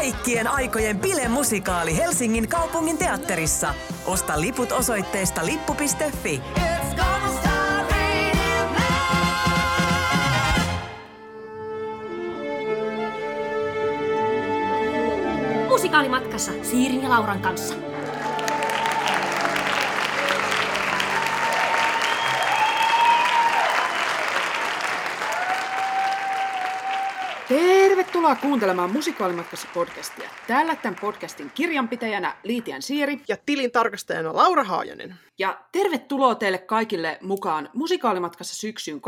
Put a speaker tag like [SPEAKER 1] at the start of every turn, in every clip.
[SPEAKER 1] kaikkien aikojen bilemusikaali Helsingin kaupungin teatterissa. Osta liput osoitteesta lippu.fi.
[SPEAKER 2] Musikaalimatkassa Siirin ja Lauran kanssa.
[SPEAKER 3] Tervetuloa kuuntelemaan Musikaalimatkassa podcastia. Täällä tämän podcastin kirjanpitäjänä Liitian Siiri
[SPEAKER 4] ja tilintarkastajana Laura Haajanen.
[SPEAKER 3] Ja tervetuloa teille kaikille mukaan Musikaalimatkassa syksyyn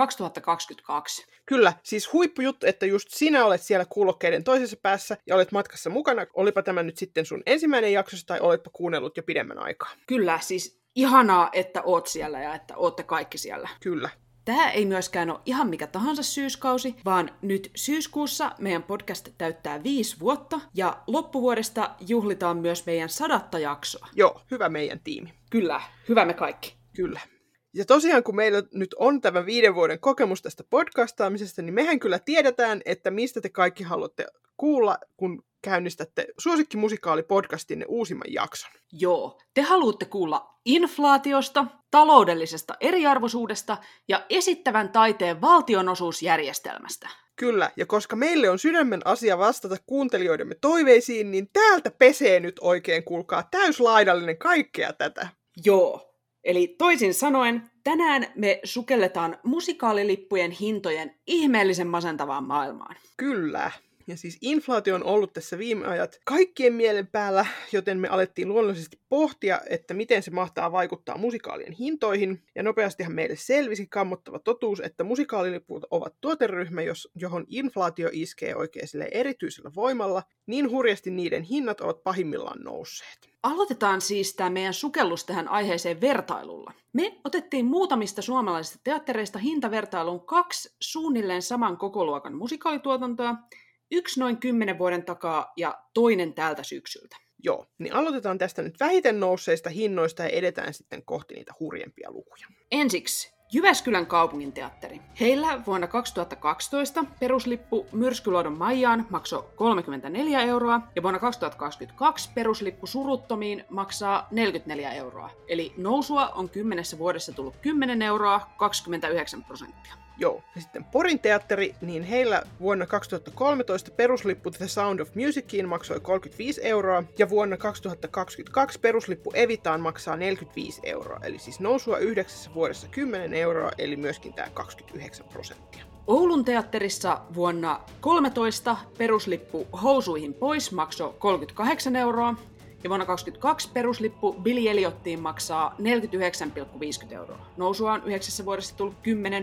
[SPEAKER 3] 2022.
[SPEAKER 4] Kyllä, siis huippujuttu, että just sinä olet siellä kuulokkeiden toisessa päässä ja olet matkassa mukana. Olipa tämä nyt sitten sun ensimmäinen jaksossa tai oletpa kuunnellut jo pidemmän aikaa.
[SPEAKER 3] Kyllä, siis ihanaa, että oot siellä ja että ootte kaikki siellä.
[SPEAKER 4] Kyllä.
[SPEAKER 3] Tämä ei myöskään ole ihan mikä tahansa syyskausi, vaan nyt syyskuussa meidän podcast täyttää 5 vuotta ja loppuvuodesta juhlitaan myös meidän 100. jaksoa.
[SPEAKER 4] Joo, hyvä meidän tiimi.
[SPEAKER 3] Kyllä, hyvä me kaikki.
[SPEAKER 4] Kyllä. Ja tosiaan, kun meillä nyt on tämä 5 vuoden kokemus tästä podcastaamisesta, niin mehän kyllä tiedetään, että mistä te kaikki haluatte kuulla, kun käynnistätte suosikkimusikaalipodcastinne uusimman jakson.
[SPEAKER 3] Joo, te haluatte kuulla inflaatiosta, taloudellisesta eriarvoisuudesta ja esittävän taiteen valtionosuusjärjestelmästä.
[SPEAKER 4] Kyllä, ja koska meille on sydämen asia vastata kuuntelijoidemme toiveisiin, niin täältä pesee nyt oikein, kuulkaa, täyslaidallinen kaikkea tätä.
[SPEAKER 3] Joo, eli toisin sanoen, tänään me sukelletaan musikaalilippujen hintojen ihmeellisen masentavaan maailmaan.
[SPEAKER 4] Kyllä. Ja siis inflaatio on ollut tässä viime ajat kaikkien mielen päällä, joten me alettiin luonnollisesti pohtia, että miten se mahtaa vaikuttaa musikaalien hintoihin. Ja nopeastihan meille selvisi kammottava totuus, että musikaaliliput ovat tuoteryhmä, johon inflaatio iskee oikein erityisellä voimalla. Niin hurjasti niiden hinnat ovat pahimmillaan nousseet.
[SPEAKER 3] Aloitetaan siis tämä meidän sukellus tähän aiheeseen vertailulla. Me otettiin muutamista suomalaisista teattereista hintavertailuun 2 suunnilleen saman kokoluokan musikaalituotantoa. 1 noin 10 vuoden takaa ja toinen tältä syksyltä.
[SPEAKER 4] Joo, niin aloitetaan tästä nyt vähiten nousseista hinnoista ja edetään sitten kohti niitä hurjempia lukuja.
[SPEAKER 3] Ensiksi Jyväskylän kaupunginteatteri. Heillä vuonna 2012 peruslippu Myrskyluodon Maijaan maksoi 34 euroa ja vuonna 2022 peruslippu Suruttomiin maksaa 44 euroa. Eli nousua on 10 vuodessa tullut 10 euroa, 29%.
[SPEAKER 4] Joo, ja sitten Porin teatteri, niin heillä vuonna 2013 peruslippu The Sound of Musiciin maksoi 35 euroa, ja vuonna 2022 peruslippu Evitaan maksaa 45 euroa, eli siis nousua 9 vuodessa 10 euroa, eli myöskin tämä 29%.
[SPEAKER 3] Oulun teatterissa vuonna 2013 peruslippu Housuihin pois maksoi 38 euroa, ja vuonna 2022 peruslippu Billy Eliottiin maksaa 49,50 euroa. Nousua on 9 vuodessa tullut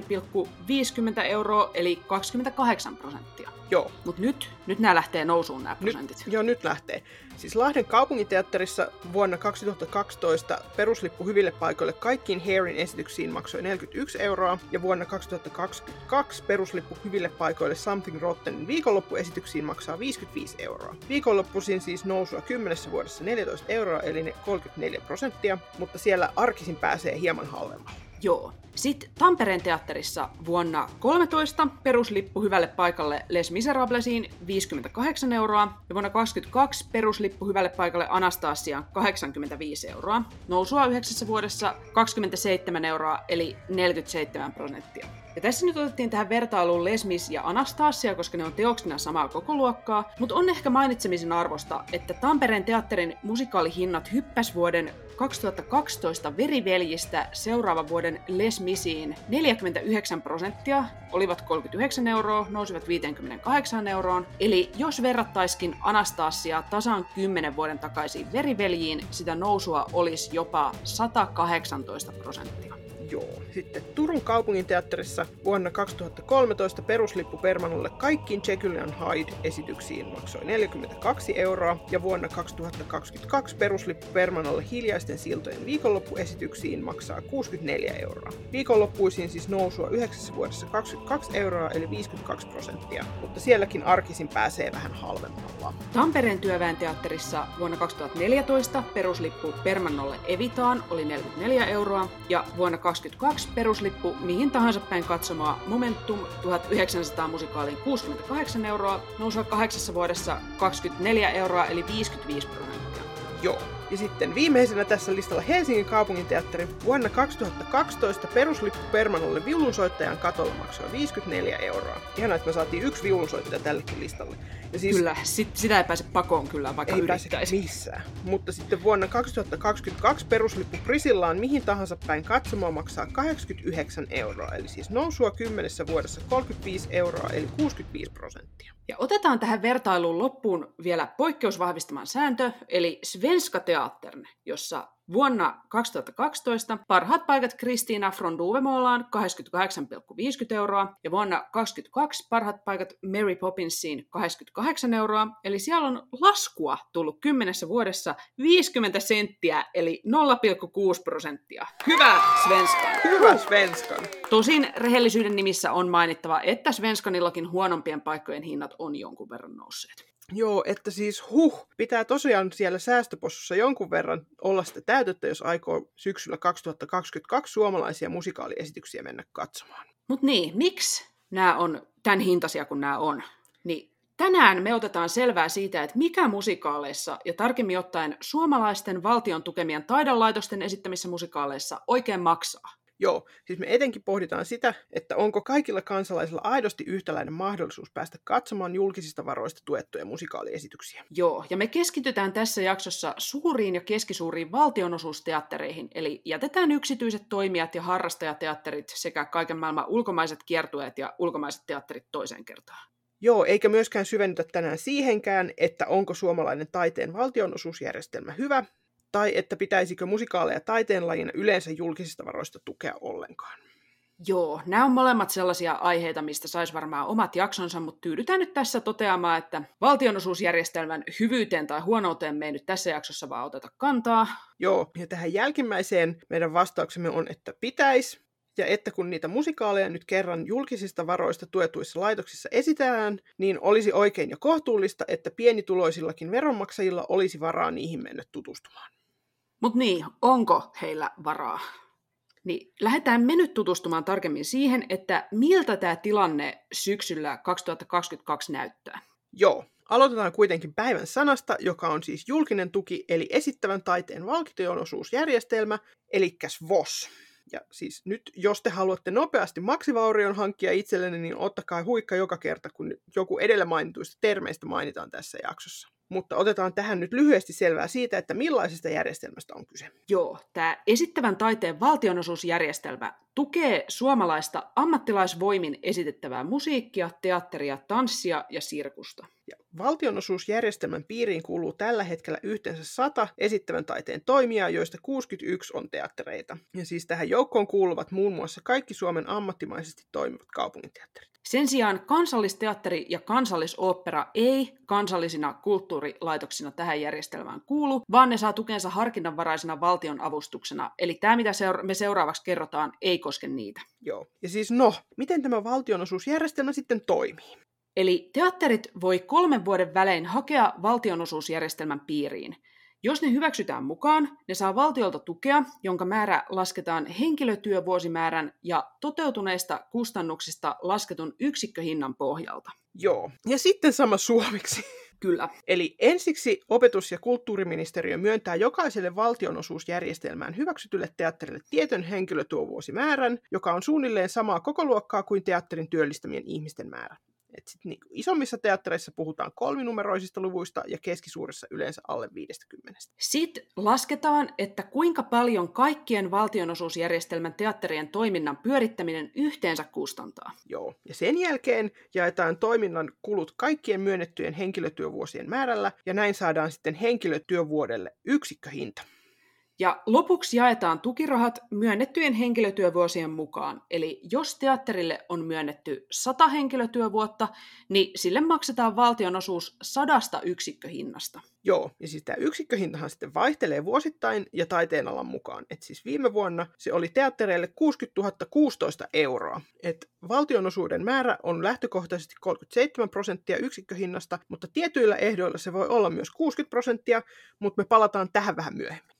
[SPEAKER 3] 10,50 euroa, eli 28%.
[SPEAKER 4] Joo.
[SPEAKER 3] Mutta nyt nämä lähtee nousuun nämä prosentit.
[SPEAKER 4] Nyt lähtee. Siis Lahden kaupunginteatterissa vuonna 2012 peruslippu hyville paikoille kaikkiin Hairin esityksiin maksoi 41 euroa, ja vuonna 2022 peruslippu hyville paikoille Something Rottenin viikonloppuesityksiin maksaa 55 euroa. Viikonloppuisin siis nousua 10 vuodessa 14 euroa, eli ne 34%, mutta siellä arkisin pääsee hieman halvemmalla.
[SPEAKER 3] Joo. Sitten Tampereen teatterissa vuonna 2013 peruslippu hyvälle paikalle Les Miserablesiin 58 euroa ja vuonna 2022 peruslippu hyvälle paikalle Anastasiaan 85 euroa. Nousua 9 vuodessa 27 euroa eli 47%. Ja tässä nyt otettiin tähän vertailuun Les Mis ja Anastasia, koska ne on teoksina samaa kokoluokkaa, mutta on ehkä mainitsemisen arvosta, että Tampereen teatterin musikaalihinnat hyppäs vuoden 2012 Veriveljistä seuraavan vuoden Les Misiin 49%, olivat 39 euroa, nousivat 58 euroon. Eli jos verrattaisikin Anastasiaa tasan 10 vuoden takaisiin Veriveljiin, sitä nousua olisi jopa 118%.
[SPEAKER 4] Joo. Sitten Turun kaupunginteatterissa vuonna 2013 peruslippu Permanolle kaikkiin Jekyll and Hyde-esityksiin maksoi 42 euroa, ja vuonna 2022 peruslippu Permanolle Hiljaisten siltojen viikonloppuesityksiin maksaa 64 euroa. Viikonloppuisiin siis nousua 9 vuodessa 22 euroa, eli 52%, mutta sielläkin arkisin pääsee vähän halvemmalla.
[SPEAKER 3] Tampereen työväen teatterissa vuonna 2014 peruslippu Permanolle Evitaan oli 44 euroa, ja vuonna 2022 22 peruslippu mihin tahansa päin katsomaa Momentum 1900 musikaaliin 68 euroa, nousua 8 vuodessa 24 euroa eli 55%.
[SPEAKER 4] Joo. Ja sitten viimeisenä tässä listalla Helsingin kaupunginteatteri vuonna 2012 peruslippu Permanolle viulunsoittajan katolla maksoi 54 euroa. Ihanaa, että me saatiin yksi viulunsoittaja tällekin listalle. Ja siis
[SPEAKER 3] kyllä, sitä ei pääse pakoon kyllä, vaikka
[SPEAKER 4] ei
[SPEAKER 3] yrittäisi.
[SPEAKER 4] Pääse missään. Mutta sitten vuonna 2022 peruslippu Prisillaan mihin tahansa päin katsomaan maksaa 89 euroa. Eli siis nousua 10 vuodessa 35 euroa, eli 65%.
[SPEAKER 3] Ja otetaan tähän vertailuun loppuun vielä poikkeusvahvistaman sääntö, eli Svenska Teattern, jossa vuonna 2012 parhaat paikat Kristiina från Duvemålaan 88,50 euroa ja vuonna 2022 parhaat paikat Mary Poppinsiin 88 euroa. Eli siellä on laskua tullut 10 vuodessa 50 senttiä eli 0,6%. Hyvä Svenskan!
[SPEAKER 4] Hyvä Svenskan!
[SPEAKER 3] Tosin rehellisyyden nimissä on mainittava, että Svenskanillakin huonompien paikkojen hinnat on jonkun verran nousseet.
[SPEAKER 4] Joo, että siis pitää tosiaan siellä säästöpossussa jonkun verran olla sitä täytettä, jos aikoo syksyllä 2022 suomalaisia musikaaliesityksiä mennä katsomaan.
[SPEAKER 3] Mut niin, miksi nämä on tämän hintaisia kuin nämä on? Niin tänään me otetaan selvää siitä, että mikä musikaaleissa ja tarkemmin ottaen suomalaisten valtion tukemien taidelaitosten esittämissä musikaaleissa oikein maksaa.
[SPEAKER 4] Joo, siis me etenkin pohditaan sitä, että onko kaikilla kansalaisilla aidosti yhtäläinen mahdollisuus päästä katsomaan julkisista varoista tuettuja musikaaliesityksiä.
[SPEAKER 3] Joo, ja me keskitytään tässä jaksossa suuriin ja keskisuuriin valtionosuusteattereihin, eli jätetään yksityiset toimijat ja harrastajateatterit sekä kaiken maailman ulkomaiset kiertueet ja ulkomaiset teatterit toiseen kertaan.
[SPEAKER 4] Joo, eikä myöskään syvennytä tänään siihenkään, että onko suomalainen taiteen valtionosuusjärjestelmä hyvä, tai että pitäisikö musikaaleja taiteenlajina yleensä julkisista varoista tukea ollenkaan.
[SPEAKER 3] Joo, nämä on molemmat sellaisia aiheita, mistä saisi varmaan omat jaksonsa, mutta tyydytään nyt tässä toteamaan, että valtionosuusjärjestelmän hyvyyteen tai huonouteen me ei nyt tässä jaksossa vaan oteta kantaa.
[SPEAKER 4] Joo, ja tähän jälkimmäiseen meidän vastauksemme on, että pitäisi, ja että kun niitä musikaaleja nyt kerran julkisista varoista tuetuissa laitoksissa esitään, niin olisi oikein ja kohtuullista, että pienituloisillakin veronmaksajilla olisi varaa niihin mennä tutustumaan.
[SPEAKER 3] Mutta niin, onko heillä varaa? Niin lähdetään me nyt tutustumaan tarkemmin siihen, että miltä tämä tilanne syksyllä 2022 näyttää.
[SPEAKER 4] Joo, aloitetaan kuitenkin päivän sanasta, joka on siis julkinen tuki, eli esittävän taiteen valtionosuusjärjestelmä, eli VOS. Ja siis nyt, jos te haluatte nopeasti maksivaurion hankkia itsellenne, niin ottakaa huikka joka kerta, kun joku edellä mainituista termeistä mainitaan tässä jaksossa. Mutta otetaan tähän nyt lyhyesti selvää siitä, että millaisesta järjestelmästä on kyse.
[SPEAKER 3] Joo, tämä esittävän taiteen valtionosuusjärjestelmä tukee suomalaista ammattilaisvoimin esitettävää musiikkia, teatteria, tanssia ja sirkusta.
[SPEAKER 4] Ja valtionosuusjärjestelmän piiriin kuuluu tällä hetkellä yhteensä 100 esittävän taiteen toimijaa, joista 61 on teattereita. Ja siis tähän joukkoon kuuluvat muun muassa kaikki Suomen ammattimaisesti toimivat kaupunginteatterit.
[SPEAKER 3] Sen sijaan kansallisteatteri ja kansallisooppera ei kansallisina kulttuurilaitoksina tähän järjestelmään kuulu, vaan ne saa tukensa harkinnanvaraisena valtionavustuksena. Eli tämä, mitä me seuraavaksi kerrotaan, ei koske niitä.
[SPEAKER 4] Joo. Ja siis miten tämä valtionosuusjärjestelmä sitten toimii?
[SPEAKER 3] Eli teatterit voi 3 vuoden välein hakea valtionosuusjärjestelmän piiriin. Jos ne hyväksytään mukaan, ne saa valtiolta tukea, jonka määrä lasketaan henkilötyövuosimäärän ja toteutuneista kustannuksista lasketun yksikköhinnan pohjalta.
[SPEAKER 4] Joo, ja sitten sama suomeksi.
[SPEAKER 3] Kyllä.
[SPEAKER 4] Eli ensiksi opetus- ja kulttuuriministeriö myöntää jokaiselle valtionosuusjärjestelmään hyväksytylle teatterille tietyn henkilötyövuosimäärän, joka on suunnilleen samaa kokoluokkaa kuin teatterin työllistämien ihmisten määrä. Isommissa teattereissa puhutaan 3-numeroisista luvuista ja keskisuurissa yleensä alle 50.
[SPEAKER 3] Sitten lasketaan, että kuinka paljon kaikkien valtionosuusjärjestelmän teatterien toiminnan pyörittäminen yhteensä kustantaa.
[SPEAKER 4] Joo, ja sen jälkeen jaetaan toiminnan kulut kaikkien myönnettyjen henkilötyövuosien määrällä, ja näin saadaan sitten henkilötyövuodelle yksikköhinta.
[SPEAKER 3] Ja lopuksi jaetaan tukirahat myönnettyjen henkilötyövuosien mukaan. Eli jos teatterille on myönnetty 100 henkilötyövuotta, niin sille maksetaan valtionosuus 100 yksikköhinnasta.
[SPEAKER 4] Joo, ja siis tämä yksikköhintahan sitten vaihtelee vuosittain ja taiteenalan mukaan. Et siis viime vuonna se oli teattereille 60 016 euroa. Et valtionosuuden määrä on lähtökohtaisesti 37% yksikköhinnasta, mutta tietyillä ehdoilla se voi olla myös 60%, mutta me palataan tähän vähän myöhemmin.
[SPEAKER 3] Joo,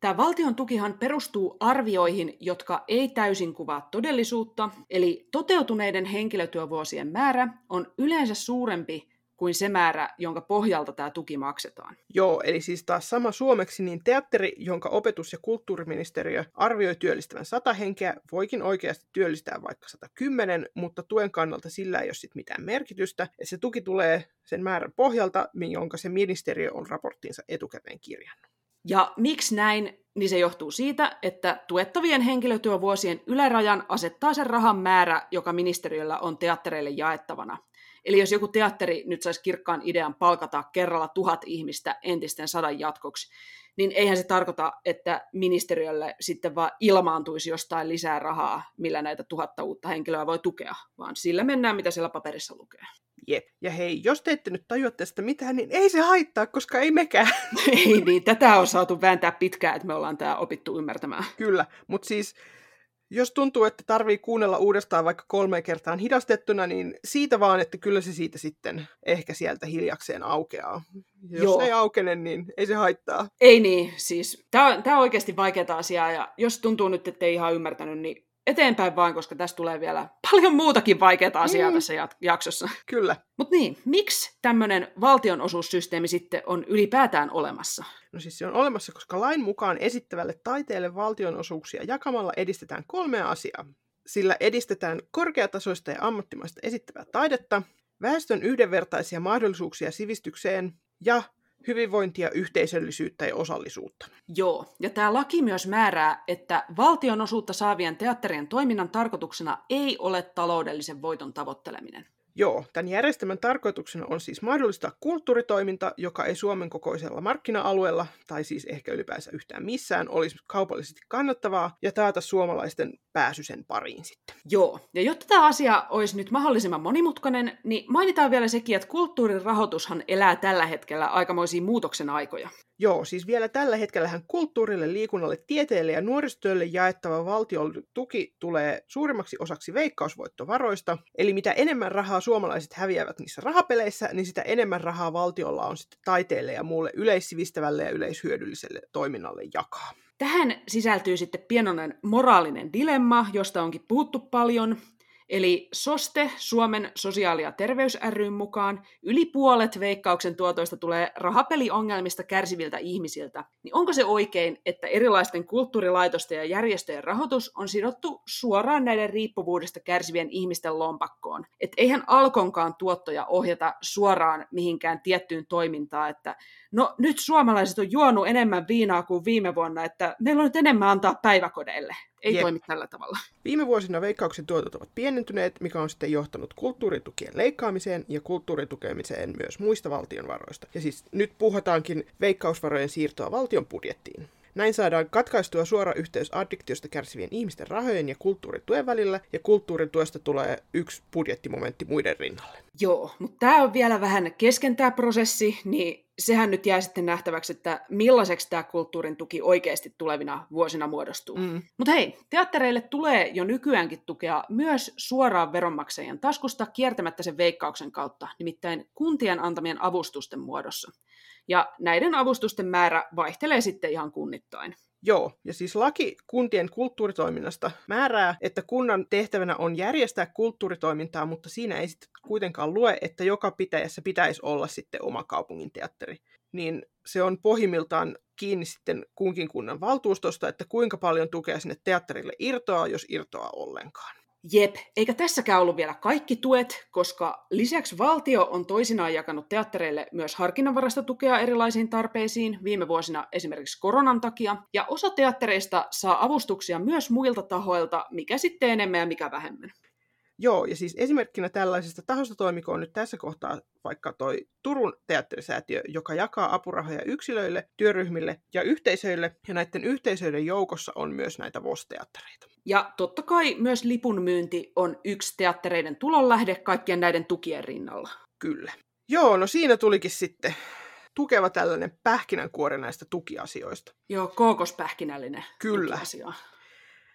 [SPEAKER 3] Tämä valtion tukihan perustuu arvioihin, jotka ei täysin kuvaa todellisuutta, eli toteutuneiden henkilötyövuosien määrä on yleensä suurempi kuin se määrä, jonka pohjalta tämä tuki maksetaan.
[SPEAKER 4] Joo, eli siis taas sama suomeksi, niin teatteri, jonka opetus- ja kulttuuriministeriö arvioi työllistävän 100 henkeä, voikin oikeasti työllistää vaikka 110, mutta tuen kannalta sillä ei ole sit mitään merkitystä, ja se tuki tulee sen määrän pohjalta, jonka se ministeriö on raporttiinsa etukäteen kirjannut.
[SPEAKER 3] Ja miksi näin? Niin se johtuu siitä, että tuettavien henkilötyövuosien ylärajan asettaa sen rahan määrä, joka ministeriöllä on teattereille jaettavana. Eli jos joku teatteri nyt saisi kirkkaan idean palkata kerralla 1000 ihmistä entisten 100 jatkoksi, niin eihän se tarkoita, että ministeriölle sitten vaan ilmaantuisi jostain lisää rahaa, millä näitä 1000 uutta henkilöä voi tukea, vaan sillä mennään, mitä siellä paperissa lukee.
[SPEAKER 4] Jep. Ja hei, jos te ette nyt tajua tästä mitään, niin ei se haittaa, koska ei mekään.
[SPEAKER 3] Ei niin, tätä on saatu vääntää pitkään, että me ollaan tämä opittu ymmärtämään.
[SPEAKER 4] Kyllä, mutta siis jos tuntuu, että tarvii kuunnella uudestaan vaikka 3 kertaan hidastettuna, niin siitä vaan, että kyllä se siitä sitten ehkä sieltä hiljakseen aukeaa. Jos
[SPEAKER 3] Joo.
[SPEAKER 4] ei aukene, niin ei se haittaa.
[SPEAKER 3] Ei niin, siis tämä on oikeasti vaikeaa asiaa, ja jos tuntuu nyt, että ei ihan ymmärtänyt, niin eteenpäin vaan, koska tästä tulee vielä paljon muutakin vaikeaa asiaa tässä jaksossa.
[SPEAKER 4] Kyllä.
[SPEAKER 3] Mutta niin, miksi tämmöinen valtionosuussysteemi sitten on ylipäätään olemassa?
[SPEAKER 4] No siis se on olemassa, koska lain mukaan esittävälle taiteelle valtionosuuksia jakamalla edistetään 3 asiaa. Sillä edistetään korkeatasoista ja ammattimaista esittävää taidetta, väestön yhdenvertaisia mahdollisuuksia sivistykseen ja hyvinvointia, yhteisöllisyyttä ja osallisuutta.
[SPEAKER 3] Joo, ja tämä laki myös määrää, että valtionosuutta saavien teatterien toiminnan tarkoituksena ei ole taloudellisen voiton tavoitteleminen.
[SPEAKER 4] Joo, tämän järjestelmän tarkoituksena on siis mahdollistaa kulttuuritoiminta, joka ei Suomen kokoisella markkina-alueella, tai siis ehkä ylipäänsä yhtään missään, olisi kaupallisesti kannattavaa, ja taata suomalaisten pääsy sen pariin sitten.
[SPEAKER 3] Joo, ja jotta tämä asia olisi nyt mahdollisimman monimutkainen, niin mainitaan vielä sekin, että kulttuurin rahoitushan elää tällä hetkellä aikamoisia muutoksen aikoja.
[SPEAKER 4] Joo, siis vielä tällä hetkellähän kulttuurille, liikunnalle, tieteelle ja nuorisotyölle jaettava valtion tuki tulee suurimmaksi osaksi veikkausvoittovaroista. Eli mitä enemmän rahaa suomalaiset häviävät niissä rahapeleissä, niin sitä enemmän rahaa valtiolla on sitten taiteelle ja muulle yleissivistävälle ja yleishyödylliselle toiminnalle jakaa.
[SPEAKER 3] Tähän sisältyy sitten pienoinen moraalinen dilemma, josta onkin puhuttu paljon. Eli SOSTE, Suomen sosiaali- ja terveys ry:n mukaan, yli puolet Veikkauksen tuotoista tulee rahapeliongelmista kärsiviltä ihmisiltä. Niin onko se oikein, että erilaisten kulttuurilaitosten ja järjestöjen rahoitus on sidottu suoraan näiden riippuvuudesta kärsivien ihmisten lompakkoon? Et eihän Alkonkaan tuottoja ohjata suoraan mihinkään tiettyyn toimintaan, että no nyt suomalaiset on juonut enemmän viinaa kuin viime vuonna, että meillä on nyt enemmän antaa päiväkodeille. Ei toimi tällä tavalla.
[SPEAKER 4] Viime vuosina Veikkauksen tuotot ovat pienentyneet, mikä on sitten johtanut kulttuuritukien leikkaamiseen ja kulttuuritukemiseen myös muista valtion varoista. Ja siis nyt puhutaankin veikkausvarojen siirtoa valtion budjettiin. Näin saadaan katkaistua suora yhteys addiktiosta kärsivien ihmisten rahojen ja kulttuurituen välillä, ja kulttuurituesta tulee yksi budjettimomentti muiden rinnalle.
[SPEAKER 3] Joo, mutta tämä on vielä vähän kesken tämä prosessi, niin sehän nyt jää sitten nähtäväksi, että millaiseksi tämä kulttuurin tuki oikeasti tulevina vuosina muodostuu. Mutta hei, teattereille tulee jo nykyäänkin tukea myös suoraan veronmaksajien taskusta kiertämättä sen Veikkauksen kautta, nimittäin kuntien antamien avustusten muodossa. Ja näiden avustusten määrä vaihtelee sitten ihan kunnittain.
[SPEAKER 4] Joo, ja siis laki kuntien kulttuuritoiminnasta määrää, että kunnan tehtävänä on järjestää kulttuuritoimintaa, mutta siinä ei sitten kuitenkaan lue, että joka pitäjässä pitäisi olla sitten oma kaupungin teatteri. Niin se on pohjimmiltaan kiinni sitten kunkin kunnan valtuustosta, että kuinka paljon tukea sinne teatterille irtoaa, jos irtoaa ollenkaan.
[SPEAKER 3] Jep, eikä tässäkään ollut vielä kaikki tuet, koska lisäksi valtio on toisinaan jakanut teattereille myös harkinnanvaraista tukea erilaisiin tarpeisiin, viime vuosina esimerkiksi koronan takia, ja osa teattereista saa avustuksia myös muilta tahoilta, mikä sitten enemmän ja mikä vähemmän.
[SPEAKER 4] Joo, ja siis esimerkkinä tällaisesta tahosta toimikoon nyt tässä kohtaa vaikka toi Turun teatterisäätiö, joka jakaa apurahoja yksilöille, työryhmille ja yhteisöille, ja näiden yhteisöiden joukossa on myös näitä VOS-teattereita.
[SPEAKER 3] Ja totta kai myös lipun myynti on yksi teattereiden tulonlähde kaikkien näiden tukien rinnalla.
[SPEAKER 4] Kyllä. Joo, no siinä tulikin sitten tukeva tällainen pähkinänkuori näistä tukiasioista.
[SPEAKER 3] Joo, kookospähkinällinen
[SPEAKER 4] Kyllä.
[SPEAKER 3] tukiasia.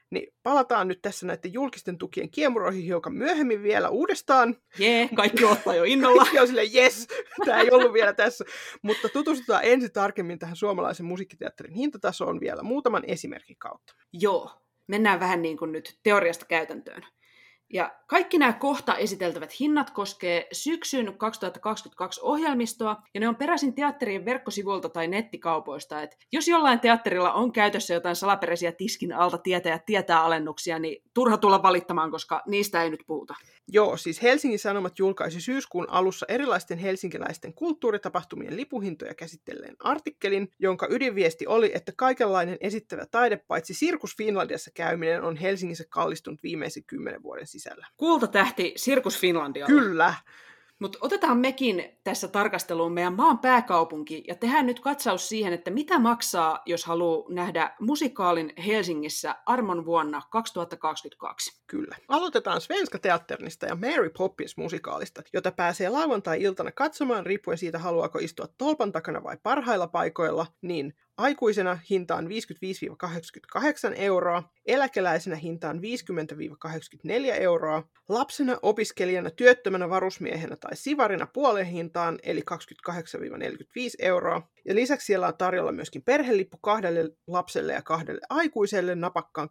[SPEAKER 4] niin palataan nyt tässä näiden julkisten tukien kiemuroihin hiukan myöhemmin vielä uudestaan.
[SPEAKER 3] Kaikki ottaa jo innolla.
[SPEAKER 4] Kaikki on silleen, jes, tämä ei ollut vielä tässä. Mutta tutustutaan ensin tarkemmin tähän suomalaisen musiikkiteatterin hintatasoon vielä muutaman esimerkin kautta.
[SPEAKER 3] Joo, mennään vähän niin kuin nyt teoriasta käytäntöön. Ja kaikki nämä kohta esiteltävät hinnat koskee syksyn 2022 ohjelmistoa, ja ne on peräisin teatterien verkkosivuilta tai nettikaupoista. Et jos jollain teatterilla on käytössä jotain salaperäisiä tiskin alta tietää alennuksia, niin turha tulla valittamaan, koska niistä ei nyt puhuta.
[SPEAKER 4] Joo, siis Helsingin Sanomat julkaisi syyskuun alussa erilaisten helsinkiläisten kulttuuritapahtumien lipuhintoja käsittelleen artikkelin, jonka ydinviesti oli, että kaikenlainen esittävä taide, paitsi Sirkus Finlandiassa käyminen, on Helsingissä kallistunut viimeisen 10 vuoden sisällä.
[SPEAKER 3] Kultatähti Sirkus Finlandialla.
[SPEAKER 4] Kyllä.
[SPEAKER 3] Mutta otetaan mekin tässä tarkasteluun meidän maan pääkaupunki ja tehdään nyt katsaus siihen, että mitä maksaa, jos haluaa nähdä musikaalin Helsingissä armon vuonna 2022.
[SPEAKER 4] Kyllä. Aloitetaan Svenska Teatternista ja Mary Poppins-musikaalista, jota pääsee lauantai-iltana katsomaan, riippuen siitä haluaako istua tolpan takana vai parhailla paikoilla, niin aikuisena hinta on 55-88 euroa, eläkeläisenä hinta on 50-84 euroa, lapsena, opiskelijana, työttömänä, varusmiehenä tai sivarina puoleen hintaan, eli 28-45 euroa. Ja lisäksi siellä on tarjolla myöskin perhelippu 2 lapselle ja 2 aikuiselle napakkaan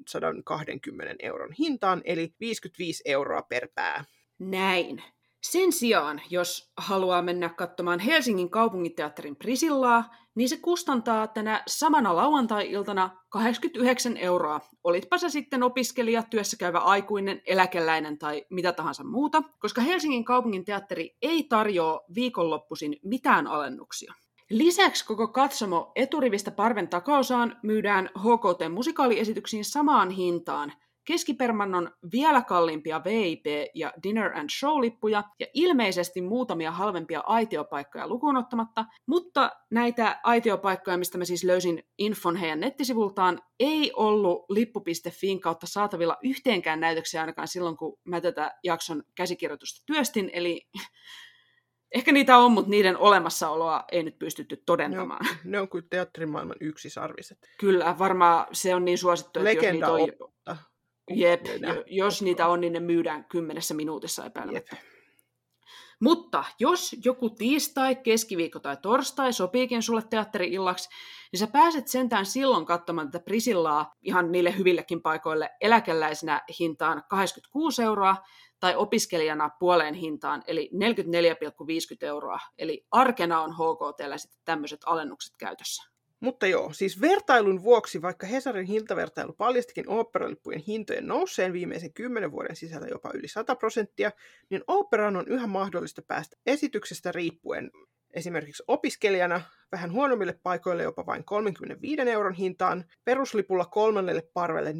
[SPEAKER 4] 220 euron hintaan, eli 55 euroa per pää.
[SPEAKER 3] Näin. Sen sijaan, jos haluaa mennä katsomaan Helsingin kaupunginteatterin Prisillaa, niin se kustantaa tänä samana lauantai-iltana 89 euroa. Olitpa se sitten opiskelija, työssäkäyvä aikuinen, eläkeläinen tai mitä tahansa muuta, koska Helsingin kaupunginteatteri ei tarjoa viikonloppuisin mitään alennuksia. Lisäksi koko katsomo eturivistä parven takaosaan myydään HKT-musikaaliesityksiin samaan hintaan. Keskipermannon vielä kalliimpia VIP- ja Dinner and Show-lippuja ja ilmeisesti muutamia halvempia aitiopaikkoja lukuun ottamatta, mutta näitä aitiopaikkoja, mistä mä siis löysin infon heidän nettisivultaan, ei ollut lippu.fin kautta saatavilla yhteenkään näytöksiä ainakaan silloin, kun mä tätä jakson käsikirjoitusta työstin, eli ehkä niitä on, mutta niiden olemassaoloa ei nyt pystytty todentamaan.
[SPEAKER 4] Ne on kuin teatterimaailman yksisarviset.
[SPEAKER 3] Kyllä, varmaan se on niin suosittu, että
[SPEAKER 4] Legenda
[SPEAKER 3] jos niitä
[SPEAKER 4] on...
[SPEAKER 3] Jep, jos niitä on, niin ne myydään 10 minuutissa epäilemättä. Mutta jos joku tiistai, keskiviikko tai torstai sopiikin sulle teatteri-illaksi, niin sä pääset sentään silloin katsomaan tätä Prisillaa ihan niille hyvillekin paikoille eläkeläisenä hintaan 86 euroa tai opiskelijana puoleen hintaan, eli 44,50 euroa. Eli arkena on HKT:llä sitten tämmöiset alennukset käytössä.
[SPEAKER 4] Mutta joo, siis vertailun vuoksi, vaikka Hesarin hintavertailu paljastikin oopperalippujen hintojen nousseen viimeisen 10 vuoden sisällä jopa yli 100%, niin oopperaan on yhä mahdollista päästä esityksestä riippuen esimerkiksi opiskelijana vähän huonommille paikoille jopa vain 35 euron hintaan, peruslipulla 3. parvelle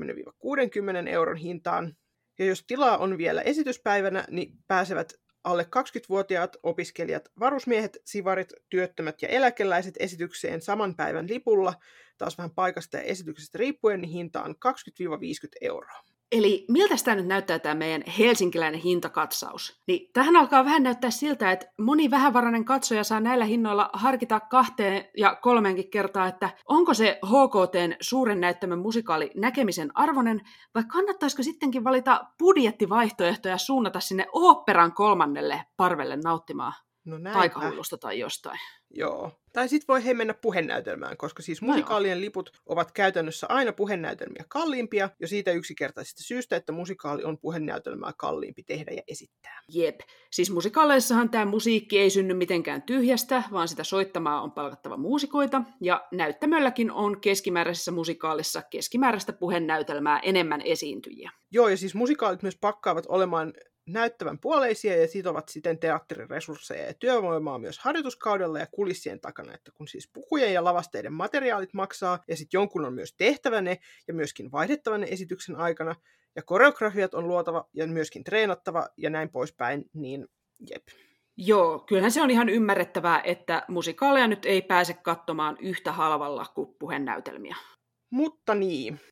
[SPEAKER 4] 40-60 euron hintaan, ja jos tilaa on vielä esityspäivänä, niin pääsevät alle 20-vuotiaat opiskelijat, varusmiehet, sivarit, työttömät ja eläkeläiset esitykseen saman päivän lipulla, taas vähän paikasta ja esityksestä riippuen, niin hinta on 20-50 euroa.
[SPEAKER 3] Eli miltä tämä nyt näyttää tämä meidän helsinkiläinen hintakatsaus? Niin tähän alkaa vähän näyttää siltä, että moni vähävarainen katsoja saa näillä hinnoilla harkita 2 ja 3 kertaa, että onko se HKT:n suuren näyttämön musikaali näkemisen arvoinen, vai kannattaisiko sittenkin valita budjettivaihtoehto ja suunnata sinne oopperan 3. parvelle nauttimaan taikahullusta tai jostain.
[SPEAKER 4] Joo. Tai sitten voi mennä puhenäytelmään, koska siis musikaalien liput ovat käytännössä aina puhenäytelmiä kalliimpia, jo siitä yksinkertaisesta syystä, että musikaali on puhenäytelmää kalliimpi tehdä ja esittää.
[SPEAKER 3] Jep. Siis musikaaleissahan tämä musiikki ei synny mitenkään tyhjästä, vaan sitä soittamaan on palkattava muusikoita, ja näyttämölläkin on keskimääräisessä musikaalissa keskimääräistä puhenäytelmää enemmän esiintyjiä.
[SPEAKER 4] Joo, ja siis musikaalit myös pakkaavat olemaan näyttävän puoleisia ja sitovat siten teatterin resursseja ja työvoimaa myös harjoituskaudella ja kulissien takana, että kun siis pukujen ja lavasteiden materiaalit maksaa ja sitten jonkun on myös tehtävä ne ja myöskin vaihdettava ne esityksen aikana ja koreografiat on luotava ja myöskin treenattava ja näin poispäin, niin jep.
[SPEAKER 3] Joo, kyllähän se on ihan ymmärrettävää, että musikaaleja nyt ei pääse katsomaan yhtä halvalla kuin puhenäytelmiä.
[SPEAKER 4] Mutta niin,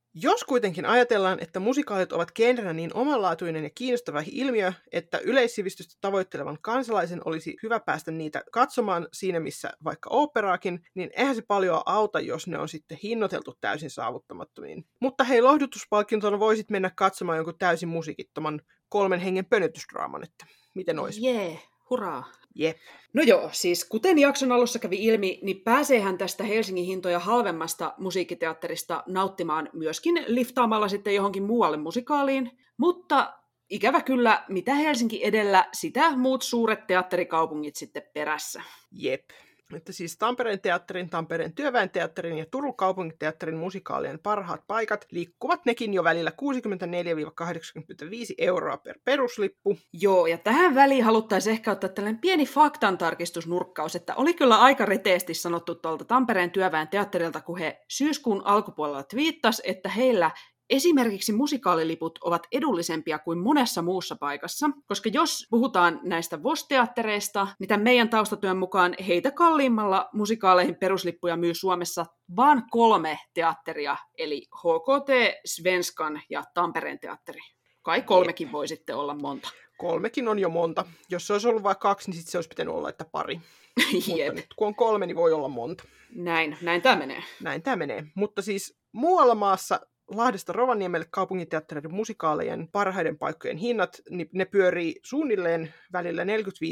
[SPEAKER 4] Jos kuitenkin ajatellaan, että musikaalit ovat genrenä niin omanlaatuinen ja kiinnostava ilmiö, että yleissivistystä tavoittelevan kansalaisen olisi hyvä päästä niitä katsomaan siinä missä vaikka oopperaakin, niin eihän se paljon auta, jos ne on sitten hinnoiteltu täysin saavuttamattomiin. Mutta hei, lohdutuspalkintona voisit mennä katsomaan jonkun täysin musiikittoman 3 hengen pönytysdraaman, että miten ois?
[SPEAKER 3] Jee, hurraa.
[SPEAKER 4] Jep.
[SPEAKER 3] No joo, siis kuten jakson alussa kävi ilmi, niin pääseehän tästä Helsingin hintoja halvemmasta musiikkiteatterista nauttimaan myöskin liftaamalla sitten johonkin muualle musikaaliin. Mutta ikävä kyllä, mitä Helsinki edellä, sitä muut suuret teatterikaupungit sitten perässä.
[SPEAKER 4] Jep. Että siis Tampereen teatterin, Tampereen työväen teatterin ja Turun kaupunginteatterin musikaalien parhaat paikat liikkuvat nekin jo välillä 64–85 euroa per peruslippu.
[SPEAKER 3] Joo, ja tähän väliin haluttaisiin ehkä ottaa tällainen pieni faktantarkistusnurkkaus, että oli kyllä aika reteesti sanottu tuolta Tampereen työväen teatterilta, kun he syyskuun alkupuolella twiittas, että heillä esimerkiksi musikaaliliput ovat edullisempia kuin monessa muussa paikassa, koska jos puhutaan näistä VOS-teattereista, niin tämän meidän taustatyön mukaan heitä kalliimmalla musikaaleihin peruslippuja myy Suomessa vain 3 teatteria, eli HKT, Svenskan ja Tampereen teatteri. Kai 3kin voi sitten olla monta.
[SPEAKER 4] 3 on jo monta. Jos se olisi ollut vain 2, niin sitten se olisi pitänyt olla, että pari. Mutta nyt kun on 3, niin voi olla monta.
[SPEAKER 3] Näin tämä menee.
[SPEAKER 4] Näin tämä menee. Mutta siis muualla maassa Lahdesta Rovaniemelle kaupunginteattereiden musikaalejen parhaiden paikkojen hinnat, niin ne pyörii suunnilleen välillä 45–55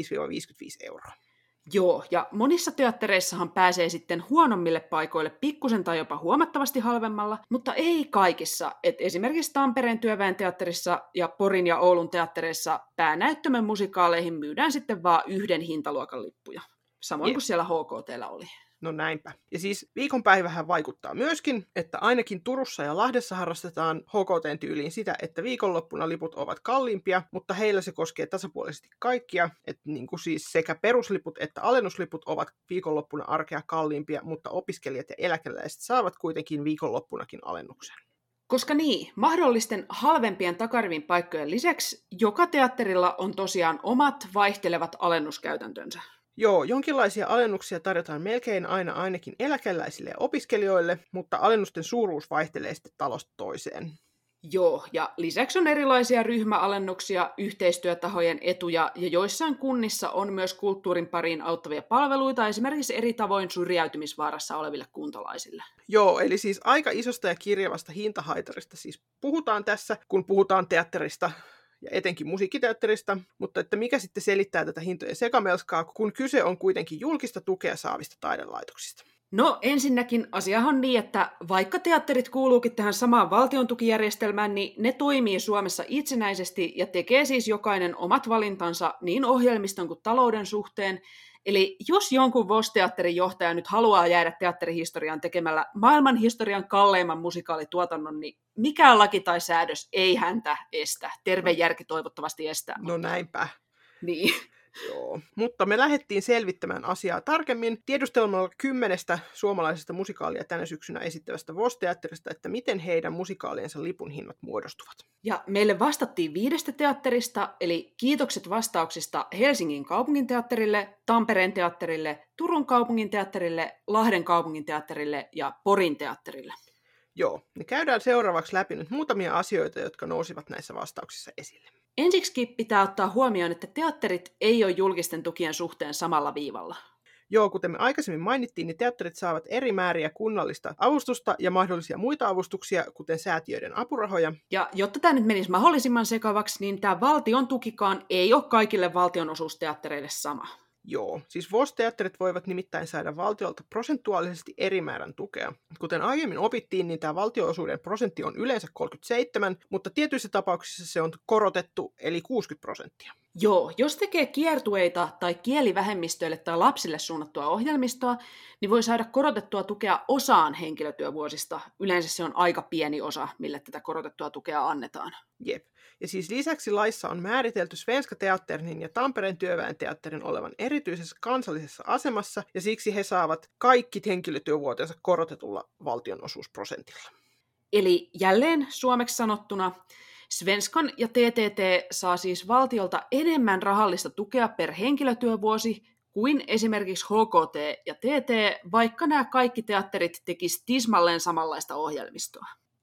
[SPEAKER 4] euroa.
[SPEAKER 3] Joo, ja monissa teattereissahan pääsee sitten huonommille paikoille pikkusen tai jopa huomattavasti halvemmalla, mutta ei kaikissa. Et esimerkiksi Tampereen työväen teatterissa ja Porin ja Oulun teattereissa päänäyttämön musikaaleihin myydään sitten vaan 1 hintaluokan lippuja. Samoin kuin siellä HKT:llä oli.
[SPEAKER 4] No näinpä. Ja siis viikonpäivähän vaikuttaa myöskin, että ainakin Turussa ja Lahdessa harrastetaan HKT-tyyliin sitä, että viikonloppuna liput ovat kalliimpia, mutta heillä se koskee tasapuolisesti kaikkia, että niin kuin siis sekä perusliput että alennusliput ovat viikonloppuna arkea kalliimpia, mutta opiskelijat ja eläkeläiset saavat kuitenkin viikonloppunakin alennuksen.
[SPEAKER 3] Koska niin, mahdollisten halvempien takarivin paikkojen lisäksi joka teatterilla on tosiaan omat vaihtelevat alennuskäytäntönsä.
[SPEAKER 4] Joo, jonkinlaisia alennuksia tarjotaan melkein aina ainakin eläkeläisille ja opiskelijoille, mutta alennusten suuruus vaihtelee sitten talosta toiseen.
[SPEAKER 3] Joo, ja lisäksi on erilaisia ryhmäalennuksia, yhteistyötahojen etuja, ja joissain kunnissa on myös kulttuurin pariin auttavia palveluita, esimerkiksi eri tavoin syrjäytymisvaarassa oleville kuntalaisille.
[SPEAKER 4] Joo, eli siis aika isosta ja kirjavasta hintahaitarista siis puhutaan tässä, kun puhutaan teatterista, ja etenkin musiikkiteatterista, mutta että mikä sitten selittää tätä hintojen sekamelskaa, kun kyse on kuitenkin julkista tukea saavista taidelaitoksista?
[SPEAKER 3] No ensinnäkin asiahan on niin, että vaikka teatterit kuuluukin tähän samaan valtiontukijärjestelmään, niin ne toimii Suomessa itsenäisesti ja tekee siis jokainen omat valintansa niin ohjelmiston kuin talouden suhteen. Eli jos jonkun VOS-teatterin johtaja nyt haluaa jäädä teatterihistoriaan tekemällä maailmanhistorian kalleimman musikaalituotannon, niin mikään laki tai säädös ei häntä estä. Terve järki toivottavasti estää.
[SPEAKER 4] No näinpä.
[SPEAKER 3] Niin.
[SPEAKER 4] Joo. Mutta me lähdettiin selvittämään asiaa tarkemmin tiedustelemalla 10 suomalaisesta musikaalia tänä syksynä esittävästä VOS-teatterista, että miten heidän musikaaliensa lipun hinnat muodostuvat.
[SPEAKER 3] Ja meille vastattiin 5 teatterista, eli kiitokset vastauksista Helsingin kaupunginteatterille, Tampereen teatterille, Turun kaupunginteatterille, Lahden kaupunginteatterille ja Porin teatterille.
[SPEAKER 4] Joo, ne käydään seuraavaksi läpi nyt muutamia asioita, jotka nousivat näissä vastauksissa esille.
[SPEAKER 3] Ensiksi pitää ottaa huomioon, että teatterit ei ole julkisten tukien suhteen samalla viivalla.
[SPEAKER 4] Joo, kuten me aikaisemmin mainittiin, niin teatterit saavat eri määriä kunnallista avustusta ja mahdollisia muita avustuksia, kuten säätiöiden apurahoja.
[SPEAKER 3] Ja jotta tämä nyt menisi mahdollisimman sekavaksi, niin tämä valtion tukikaan ei ole kaikille valtionosuusteattereille sama.
[SPEAKER 4] Joo, siis VOS-teatterit voivat nimittäin saada valtiolta prosentuaalisesti eri määrän tukea. Kuten aiemmin opittiin, niin tämä valtionosuuden prosentti on yleensä 37, mutta tietyissä tapauksissa se on korotettu, eli 60%.
[SPEAKER 3] Joo, jos tekee kiertueita tai kielivähemmistöille tai lapsille suunnattua ohjelmistoa, niin voi saada korotettua tukea osaan henkilötyövuosista. Yleensä se on aika pieni osa, mille tätä korotettua tukea annetaan.
[SPEAKER 4] Jep. Ja siis lisäksi laissa on määritelty Svenska Teatterin ja Tampereen työväen teatterin olevan erityisessä kansallisessa asemassa, ja siksi he saavat kaikki henkilötyövuotensa korotetulla valtionosuusprosentilla.
[SPEAKER 3] Eli jälleen suomeksi sanottuna, Svenskan ja TTT saa siis valtiolta enemmän rahallista tukea per henkilötyövuosi kuin esimerkiksi HKT ja TT, vaikka nämä kaikki teatterit tekisivät tismalleen samanlaista ohjelmistoa.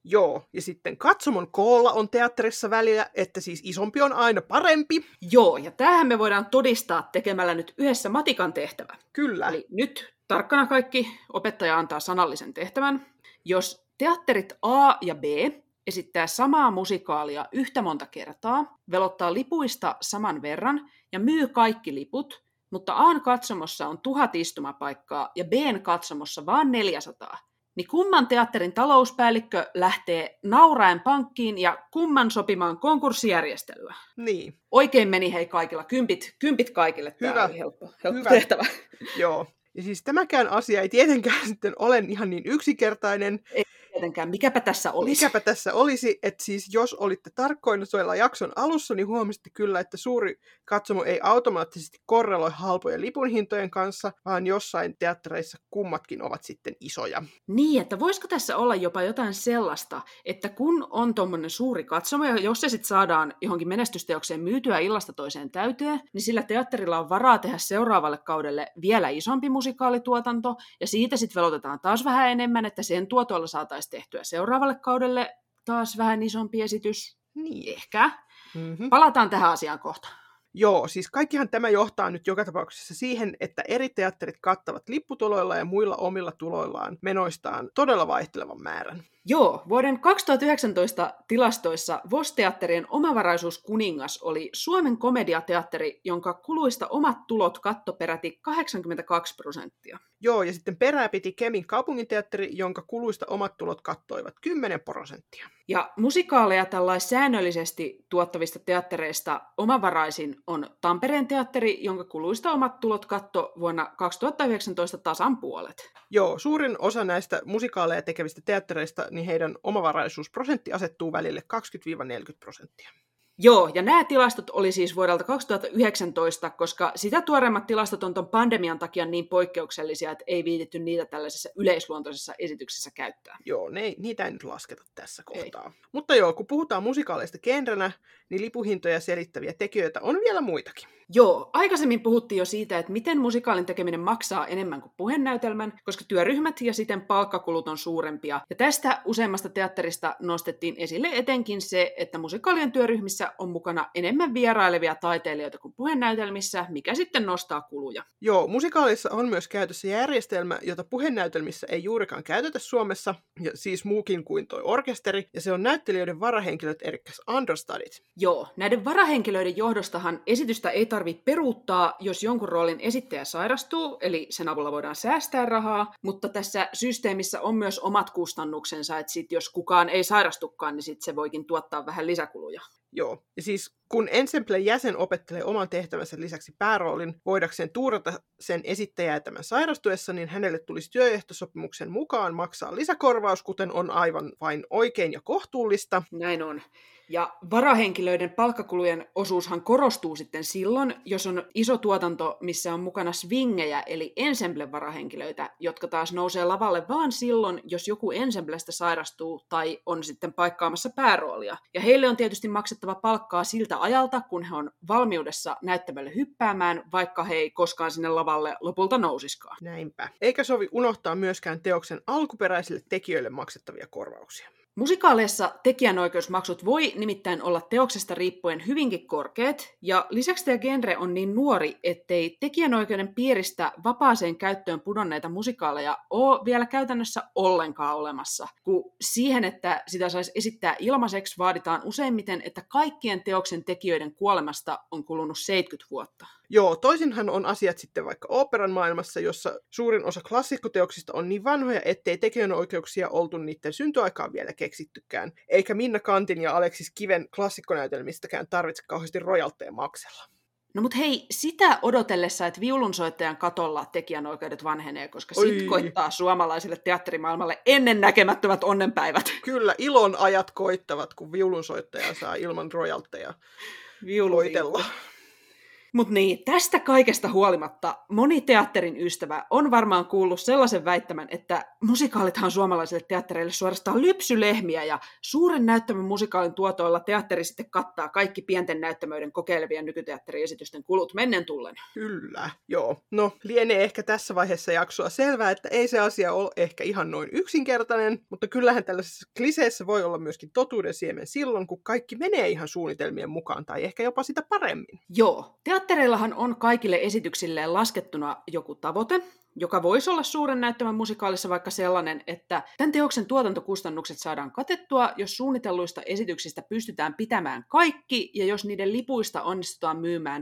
[SPEAKER 4] Joo, ja sitten katsomon koolla on teatterissa väliä, että siis isompi on aina parempi.
[SPEAKER 3] Joo, ja tämähän me voidaan todistaa tekemällä nyt yhdessä matikan tehtävä.
[SPEAKER 4] Kyllä.
[SPEAKER 3] Eli nyt tarkkana kaikki, opettaja antaa sanallisen tehtävän. Jos teatterit A ja B esittää samaa musikaalia yhtä monta kertaa, velottaa lipuista saman verran ja myy kaikki liput, mutta A:n katsomossa on 1000 istumapaikkaa ja B:n katsomossa vaan 400, niin kumman teatterin talouspäällikkö lähtee nauraen pankkiin ja kumman sopimaan konkurssijärjestelyä?
[SPEAKER 4] Niin.
[SPEAKER 3] Oikein meni hei kaikilla. Kympit kaikille. Tämä
[SPEAKER 4] Hyvä.
[SPEAKER 3] oli helppo
[SPEAKER 4] Hyvä.
[SPEAKER 3] tehtävä.
[SPEAKER 4] Joo. Ja siis tämäkään asia ei tietenkään sitten ole ihan niin yksinkertainen.
[SPEAKER 3] Ei tietenkään. Mikäpä tässä olisi?
[SPEAKER 4] Että siis jos olitte tarkkoina tuolla jakson alussa, niin huomasitte kyllä, että suuri katsomo ei automaattisesti korreloi halpojen lipunhintojen kanssa, vaan jossain teattereissa kummatkin ovat sitten isoja.
[SPEAKER 3] Niin, että voisiko tässä olla jopa jotain sellaista, että kun on tuommoinen suuri katsomo, ja jos se sitten saadaan johonkin menestysteokseen myytyä illasta toiseen täyteen, niin sillä teatterilla on varaa tehdä seuraavalle kaudelle vielä isompi musikaalituotanto, ja siitä sitten velotetaan taas vähän enemmän, että sen tuotolla saataisiin tehtyä seuraavalle kaudelle taas vähän isompi esitys.
[SPEAKER 4] Niin.
[SPEAKER 3] Ehkä.
[SPEAKER 4] Mm-hmm.
[SPEAKER 3] Palataan tähän asiaan kohta.
[SPEAKER 4] Joo, siis kaikkihan tämä johtaa nyt joka tapauksessa siihen, että eri teatterit kattavat lipputuloilla ja muilla omilla tuloillaan menoistaan todella vaihtelevan määrän.
[SPEAKER 3] Joo, vuoden 2019 tilastoissa VOS-teatterien omavaraisuuskuningas oli Suomen komediateatteri, jonka kuluista omat tulot katto peräti 82%.
[SPEAKER 4] Joo, ja sitten perää piti Kemin kaupunginteatteri, jonka kuluista omat tulot kattoivat 10%.
[SPEAKER 3] Ja musikaaleja tällais säännöllisesti tuottavista teattereista omavaraisin on Tampereen teatteri, jonka kuluista omat tulot katto vuonna 2019 tasan puolet.
[SPEAKER 4] Joo, suurin osa näistä musikaaleja tekevistä teattereista, niin heidän omavaraisuusprosentti asettuu välille 20-40%.
[SPEAKER 3] Joo, ja nämä tilastot oli siis vuodelta 2019, koska sitä tuoreimmat tilastot on ton pandemian takia niin poikkeuksellisia, että ei viitetty niitä tällaisessa yleisluontoisessa esityksessä käyttää.
[SPEAKER 4] Joo, niitä ei nyt lasketa tässä kohtaa. Mutta joo, kun puhutaan musikaaleista genrenä, niin lipuhintoja selittäviä tekijöitä on vielä muitakin.
[SPEAKER 3] Joo, aikaisemmin puhuttiin jo siitä, että miten musikaalin tekeminen maksaa enemmän kuin puhenäytelmän, koska työryhmät ja siten palkkakulut on suurempia. Ja tästä useammasta teatterista nostettiin esille etenkin se, että musikaalien työryhmissä on mukana enemmän vierailevia taiteilijoita kuin puhenäytelmissä, mikä sitten nostaa kuluja.
[SPEAKER 4] Joo, musikaalissa on myös käytössä järjestelmä, jota puhenäytelmissä ei juurikaan käytetä Suomessa, ja siis muukin kuin toi orkesteri, ja se on näyttelijöiden varahenkilöt, eli understudit.
[SPEAKER 3] Joo, näiden varahenkilöiden johdostahan esitystä ei tarvitse peruuttaa, jos jonkun roolin esittäjä sairastuu, eli sen avulla voidaan säästää rahaa, mutta tässä systeemissä on myös omat kustannuksensa, että sit jos kukaan ei sairastukaan, niin sit se voikin tuottaa vähän lisäkuluja.
[SPEAKER 4] Joo, ja siis kun ensemblen jäsen opettelee oman tehtävänsä lisäksi pääroolin, voidakseen tuurata sen esittäjää tämän sairastuessa, niin hänelle tulisi työehtosopimuksen mukaan maksaa lisäkorvaus, kuten on aivan vain oikein ja kohtuullista.
[SPEAKER 3] Näin on. Ja varahenkilöiden palkkakulujen osuushan korostuu sitten silloin, jos on iso tuotanto, missä on mukana swingejä, eli ensemble-varahenkilöitä, jotka taas nousee lavalle vaan silloin, jos joku ensemblestä sairastuu tai on sitten paikkaamassa pääroolia. Ja heille on tietysti maksettava palkkaa siltä ajalta, kun he on valmiudessa näyttämölle hyppäämään, vaikka he ei koskaan sinne lavalle lopulta nousiskaan.
[SPEAKER 4] Näinpä. Eikä sovi unohtaa myöskään teoksen alkuperäisille tekijöille maksettavia korvauksia.
[SPEAKER 3] Musikaaleissa tekijänoikeusmaksut voi nimittäin olla teoksesta riippuen hyvinkin korkeat, ja lisäksi tämä genre on niin nuori, ettei tekijänoikeuden piiristä vapaaseen käyttöön pudonneita musikaaleja ole vielä käytännössä ollenkaan olemassa. Kun siihen, että sitä saisi esittää ilmaiseksi, vaaditaan useimmiten, että kaikkien teoksen tekijöiden kuolemasta on kulunut 70 vuotta.
[SPEAKER 4] Joo, toisinhan on asiat sitten vaikka oopperan maailmassa, jossa suurin osa klassikkoteoksista on niin vanhoja, ettei tekijänoikeuksia oltu niiden syntyaikaan vielä keksittykään. Eikä Minna Kantin ja Aleksis Kiven klassikkonäytelmistäkään tarvitse kauheasti rojalteja maksella.
[SPEAKER 3] No mut hei, sitä odotellessa, että viulunsoittajan katolla tekijänoikeudet vanhenee, koska sit koittaa suomalaiselle teatterimaailmalle ennennäkemättömät onnenpäivät.
[SPEAKER 4] Kyllä, ilon ajat koittavat, kun viulunsoittaja saa ilman rojalteja viuluitella.
[SPEAKER 3] Mutta niin, tästä kaikesta huolimatta moni teatterin ystävä on varmaan kuullut sellaisen väittämän, että musikaalithan suomalaisille teattereille suorastaan lypsylehmiä ja suuren näyttämön musikaalin tuotoilla teatteri sitten kattaa kaikki pienten näyttämöiden kokeilevien nykyteatteriesitysten kulut mennen tullen.
[SPEAKER 4] Kyllä, joo. No, lienee ehkä tässä vaiheessa jaksoa selvää, että ei se asia ole ehkä ihan noin yksinkertainen, mutta kyllähän tällaisessa kliseessä voi olla myöskin totuuden siemen silloin, kun kaikki menee ihan suunnitelmien mukaan tai ehkä jopa sitä paremmin.
[SPEAKER 3] Joo, teattereillahan on kaikille esityksilleen laskettuna joku tavoite, joka voisi olla suuren näyttämän musikaalissa vaikka sellainen, että tämän teoksen tuotantokustannukset saadaan katettua, jos suunnitelluista esityksistä pystytään pitämään kaikki ja jos niiden lipuista onnistutaan myymään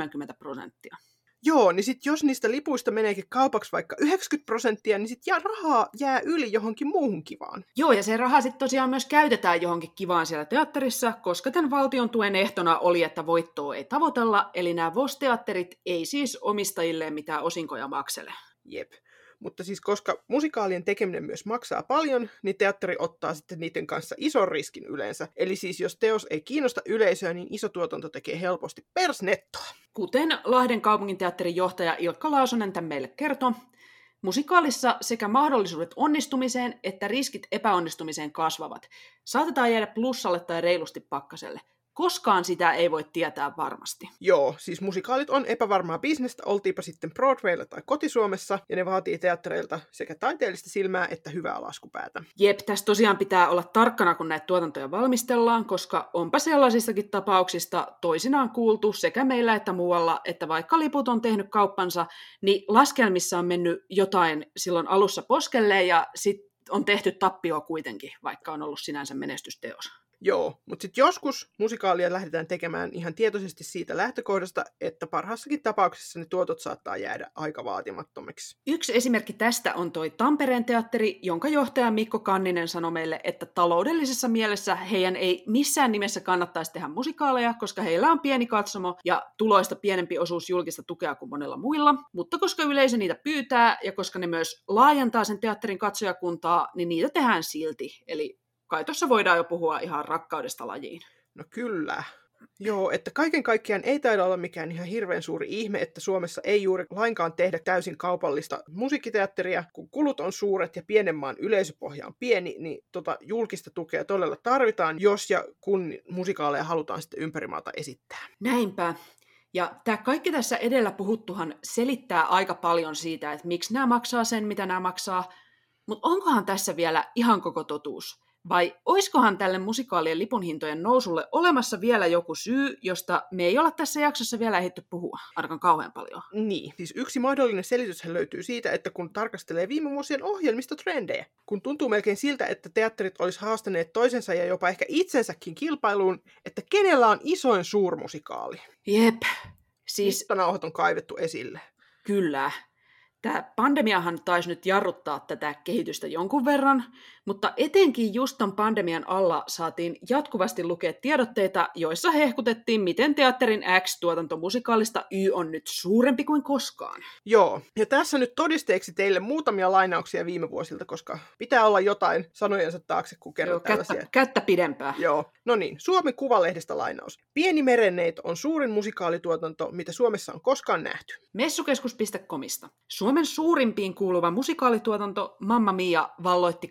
[SPEAKER 3] 70%.
[SPEAKER 4] Joo, niin sit jos niistä lipuista meneekin kaupaksi vaikka 90%, niin sit rahaa jää yli johonkin muuhun kivaan.
[SPEAKER 3] Joo, ja se raha sitten tosiaan myös käytetään johonkin kivaan siellä teatterissa, koska tämän valtion tuen ehtona oli, että voittoa ei tavoitella, eli nämä VOS-teatterit ei siis omistajilleen mitään osinkoja maksele.
[SPEAKER 4] Jep. Mutta siis koska musikaalien tekeminen myös maksaa paljon, niin teatteri ottaa sitten niiden kanssa ison riskin yleensä. Eli siis jos teos ei kiinnosta yleisöä, niin iso tuotanto tekee helposti persnettoa.
[SPEAKER 3] Kuten Lahden kaupunginteatterin johtaja Ilkka Laasonen tämän meille kertoo, musikaalissa sekä mahdollisuudet onnistumiseen että riskit epäonnistumiseen kasvavat. Saatetaan jäädä plussalle tai reilusti pakkaselle. Koskaan sitä ei voi tietää varmasti.
[SPEAKER 4] Joo, siis musikaalit on epävarmaa bisnestä, oltiipa sitten Broadwaylla tai kotisuomessa, ja ne vaatii teattereilta sekä taiteellista silmää että hyvää laskupäätä.
[SPEAKER 3] Jep, tässä tosiaan pitää olla tarkkana, kun näitä tuotantoja valmistellaan, koska onpa sellaisistakin tapauksista toisinaan kuultu sekä meillä että muualla, että vaikka liput on tehnyt kauppansa, niin laskelmissa on mennyt jotain silloin alussa poskelleen ja sitten on tehty tappioa kuitenkin, vaikka on ollut sinänsä menestysteos.
[SPEAKER 4] Joo, mutta sitten joskus musikaalia lähdetään tekemään ihan tietoisesti siitä lähtökohdasta, että parhaassakin tapauksessa ne tuotot saattaa jäädä aika vaatimattomiksi.
[SPEAKER 3] Yksi esimerkki tästä on toi Tampereen teatteri, jonka johtaja Mikko Kanninen sanoi meille, että taloudellisessa mielessä heidän ei missään nimessä kannattaisi tehdä musikaaleja, koska heillä on pieni katsomo ja tuloista pienempi osuus julkista tukea kuin monilla muilla. Mutta koska yleisö niitä pyytää ja koska ne myös laajentaa sen teatterin katsojakuntaa, niin niitä tehdään silti. Eli kai tuossa voidaan jo puhua ihan rakkaudesta lajiin.
[SPEAKER 4] No kyllä. Joo, että kaiken kaikkiaan ei taida olla mikään ihan hirveän suuri ihme, että Suomessa ei juuri lainkaan tehdä täysin kaupallista musiikkiteatteria. Kun kulut on suuret ja pienen maan yleisöpohja on pieni, niin julkista tukea todella tarvitaan, jos ja kun musikaaleja halutaan sitten ympäri maata esittää.
[SPEAKER 3] Näinpä. Ja tämä kaikki tässä edellä puhuttuhan selittää aika paljon siitä, että miksi nämä maksaa sen, mitä nämä maksaa. Mutta onkohan tässä vielä ihan koko totuus? Vai oiskohan tälle musikaalien lipunhintojen nousulle olemassa vielä joku syy, josta me ei olla tässä jaksossa vielä ehditty puhua, ainakaan kauhean paljon?
[SPEAKER 4] Niin, siis yksi mahdollinen selityshän löytyy siitä, että kun tarkastelee viime vuosien ohjelmistotrendejä, kun tuntuu melkein siltä, että teatterit olisi haastaneet toisensa ja jopa ehkä itsensäkin kilpailuun, että kenellä on isoin suurmusikaali.
[SPEAKER 3] Jep, siis
[SPEAKER 4] mittanauhat on kaivettu esille.
[SPEAKER 3] Kyllä. Tämä pandemiahan taisi nyt jarruttaa tätä kehitystä jonkun verran, mutta etenkin just ton pandemian alla saatiin jatkuvasti lukea tiedotteita, joissa hehkutettiin, miten teatterin X-tuotanto musikaalista Y on nyt suurempi kuin koskaan.
[SPEAKER 4] Joo, ja tässä nyt todisteeksi teille muutamia lainauksia viime vuosilta, koska pitää olla jotain sanojensa taakse, kun kerron tällaisia.
[SPEAKER 3] Kättä pidempää.
[SPEAKER 4] Joo, no niin, Suomen Kuvalehdestä lainaus. Pieni merenneito on suurin musikaalituotanto, mitä Suomessa on koskaan nähty.
[SPEAKER 3] Messukeskus.comista. Suomen suurimpiin kuuluva musikaalituotanto Mamma Mia valloitti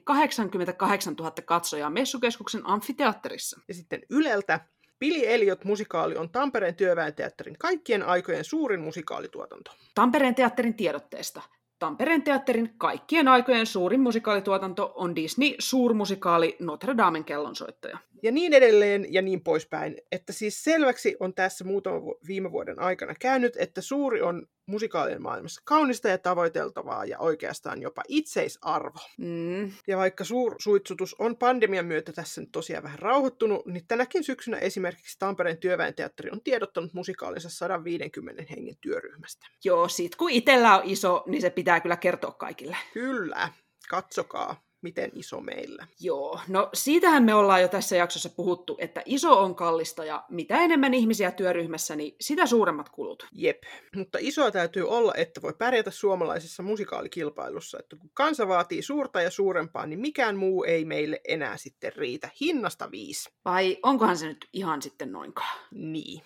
[SPEAKER 3] 88 000 katsojaa Messukeskuksen amfiteatterissa.
[SPEAKER 4] Ja sitten Yleltä. Billy Elliot-musikaali on Tampereen Työväen Teatterin kaikkien aikojen suurin musikaalituotanto.
[SPEAKER 3] Tampereen teatterin tiedotteesta. Tampereen teatterin kaikkien aikojen suurin musikaalituotanto on Disney-suurmusikaali Notre Damen kellonsoittaja.
[SPEAKER 4] Ja niin edelleen ja niin poispäin. Että siis selväksi on tässä muutaman viime vuoden aikana käynyt, että suuri on musikaalien maailmassa kaunista ja tavoiteltavaa ja oikeastaan jopa itseisarvo. Ja vaikka suursuitsutus on pandemian myötä tässä nyt tosiaan vähän rauhoittunut, niin tänäkin syksynä esimerkiksi Tampereen Työväen Teatteri on tiedottanut musikaalinsa 150 hengen työryhmästä.
[SPEAKER 3] Joo, sit kun itsellä on iso, niin se pitää kyllä kertoa kaikille.
[SPEAKER 4] Kyllä, katsokaa. Miten iso meillä.
[SPEAKER 3] Joo, no siitähän me ollaan jo tässä jaksossa puhuttu, että iso on kallista ja mitä enemmän ihmisiä työryhmässä, niin sitä suuremmat kulut.
[SPEAKER 4] Jep, mutta isoa täytyy olla, että voi pärjätä suomalaisessa musikaalikilpailussa. Että kun kansa vaatii suurta ja suurempaa, niin mikään muu ei meille enää sitten riitä. Hinnasta 5.
[SPEAKER 3] Vai onkohan se nyt ihan sitten noinkaan?
[SPEAKER 4] Niin.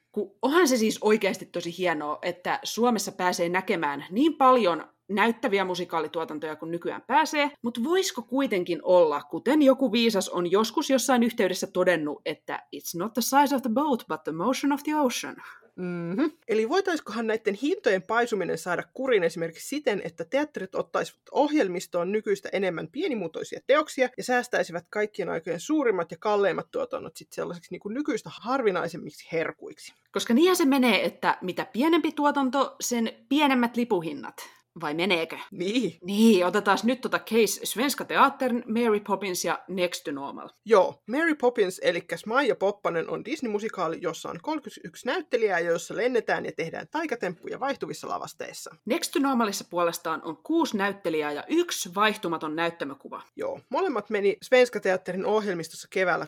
[SPEAKER 3] Onhan se siis oikeasti tosi hienoa, että Suomessa pääsee näkemään niin paljon näyttäviä musikaalituotantoja kuin nykyään pääsee, mutta voisiko kuitenkin olla, kuten joku viisas on joskus jossain yhteydessä todennut, että it's not the size of the boat, but the motion of the ocean.
[SPEAKER 4] Mm-hmm. Eli voitaisikohan näiden hintojen paisuminen saada kuriin esimerkiksi siten, että teatterit ottaisivat ohjelmistoon nykyistä enemmän pienimuotoisia teoksia ja säästäisivät kaikkien aikojen suurimmat ja kalleimmat tuotannot sitten sellaisiksi niin kuin nykyistä harvinaisemmiksi herkuiksi.
[SPEAKER 3] Koska niinhän se menee, että mitä pienempi tuotanto, sen pienemmät lipuhinnat. Vai meneekö? Niin, otetaan nyt case Svenska Teatern, Mary Poppins ja Next to Normal.
[SPEAKER 4] Joo, Mary Poppins, eli Maija Poppanen, on Disney-musikaali, jossa on 31 näyttelijää, joissa lennetään ja tehdään taikatemppuja vaihtuvissa lavasteissa.
[SPEAKER 3] Next to Normalissa puolestaan on 6 näyttelijää ja 1 vaihtumaton näyttämökuva.
[SPEAKER 4] Joo, molemmat meni Svenska Teatterin ohjelmistossa keväällä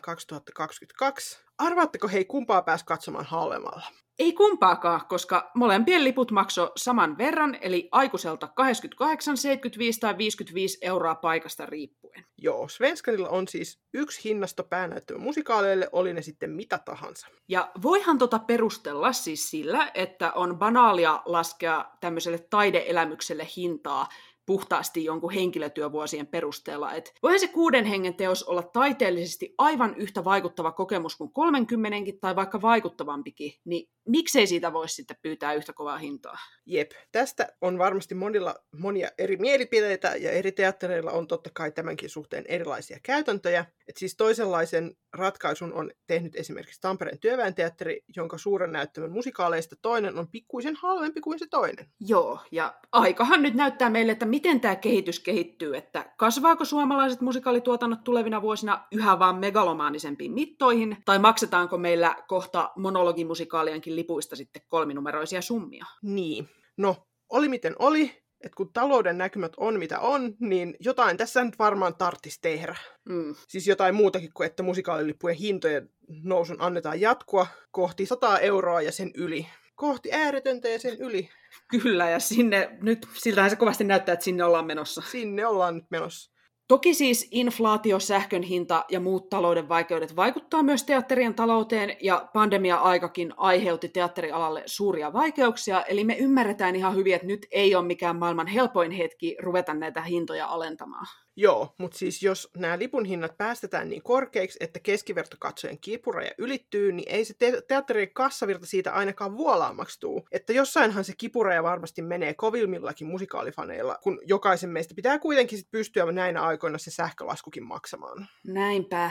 [SPEAKER 4] 2022. Arvaatteko hei kumpaa pääsi katsomaan halvemmalla?
[SPEAKER 3] Ei kumpaakaan, koska molempien liput maksoi saman verran, eli aikuiselta 28, 75 tai 55 euroa paikasta riippuen.
[SPEAKER 4] Joo, Svenskanilla on siis 1 hinnasto päänäyttämö musikaaleille, oli ne sitten mitä tahansa.
[SPEAKER 3] Ja voihan perustella siis sillä, että on banaalia laskea tämmöiselle taideelämykselle hintaa puhtaasti jonkun henkilötyövuosien perusteella. Et voihan se 6 hengen teos olla taiteellisesti aivan yhtä vaikuttava kokemus kuin 30 tai vaikka vaikuttavampikin, niin miksei siitä voisi sitten pyytää yhtä kovaa hintaa?
[SPEAKER 4] Jep, tästä on varmasti monia eri mielipiteitä ja eri teattereilla on totta kai tämänkin suhteen erilaisia käytäntöjä. Et siis toisenlaisen ratkaisun on tehnyt esimerkiksi Tampereen työväenteatteri, jonka suuren näyttämön musikaaleista toinen on pikkuisen halvempi kuin se toinen.
[SPEAKER 3] Joo, ja aikahan nyt näyttää meille, että miten tämä kehitys kehittyy, että kasvaako suomalaiset musikaalituotannot tulevina vuosina yhä vaan megalomaanisempiin mittoihin, tai maksetaanko meillä kohta monologimusikaaliankin lipuista sitten 3-numeroisia summia?
[SPEAKER 4] Niin, no oli miten oli, että kun talouden näkymät on mitä on, niin jotain tässä nyt varmaan tarvitsisi tehdä. Siis jotain muutakin kuin, että musikaalilippujen hintojen nousun annetaan jatkua kohti 100 euroa ja sen yli. Kohti ääretöntä ja sen yli.
[SPEAKER 3] Kyllä, ja siltähän se kovasti näyttää, että sinne ollaan menossa.
[SPEAKER 4] Sinne ollaan nyt menossa.
[SPEAKER 3] Toki siis inflaatio, sähkön hinta ja muut talouden vaikeudet vaikuttaa myös teatterien talouteen, ja pandemia-aikakin aiheutti teatterialalle suuria vaikeuksia, eli me ymmärretään ihan hyvin, että nyt ei ole mikään maailman helpoin hetki ruveta näitä hintoja alentamaan.
[SPEAKER 4] Joo, mutta siis jos nämä lipun hinnat päästetään niin korkeiksi, että keskivertokatsojen kipuraja ylittyy, niin ei se teatterien kassavirta siitä ainakaan vuolaamaksi tuu. Että jossainhan se kipuraja varmasti menee kovimmillakin musikaalifaneilla, kun jokaisen meistä pitää kuitenkin sit pystyä näinä aikoina se sähkölaskukin maksamaan.
[SPEAKER 3] Näinpä.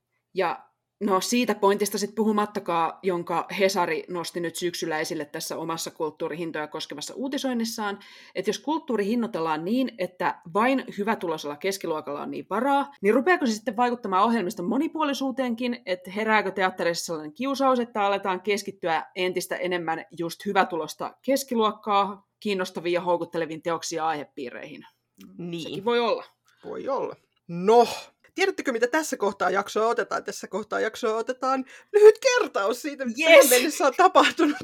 [SPEAKER 3] Ja no siitä pointista sitten puhumattakaan, jonka Hesari nosti nyt syksyllä esille tässä omassa kulttuurihintoja koskevassa uutisoinnissaan, että jos kulttuuri hinnoitellaan niin, että vain hyvätuloisella keskiluokalla on niin varaa, niin rupeako se sitten vaikuttamaan ohjelmiston monipuolisuuteenkin, että herääkö teatterissa sellainen kiusaus, että aletaan keskittyä entistä enemmän just hyvätulosta keskiluokkaa kiinnostaviin ja houkutteleviin teoksiin ja aihepiireihin.
[SPEAKER 4] Niin.
[SPEAKER 3] Sekin voi olla.
[SPEAKER 4] Voi olla. No, tiedättekö, mitä tässä kohtaa jaksoa otetaan? Tässä kohtaa jaksoa otetaan lyhyt kertaus siitä, mitä tähän mennessä on tapahtunut.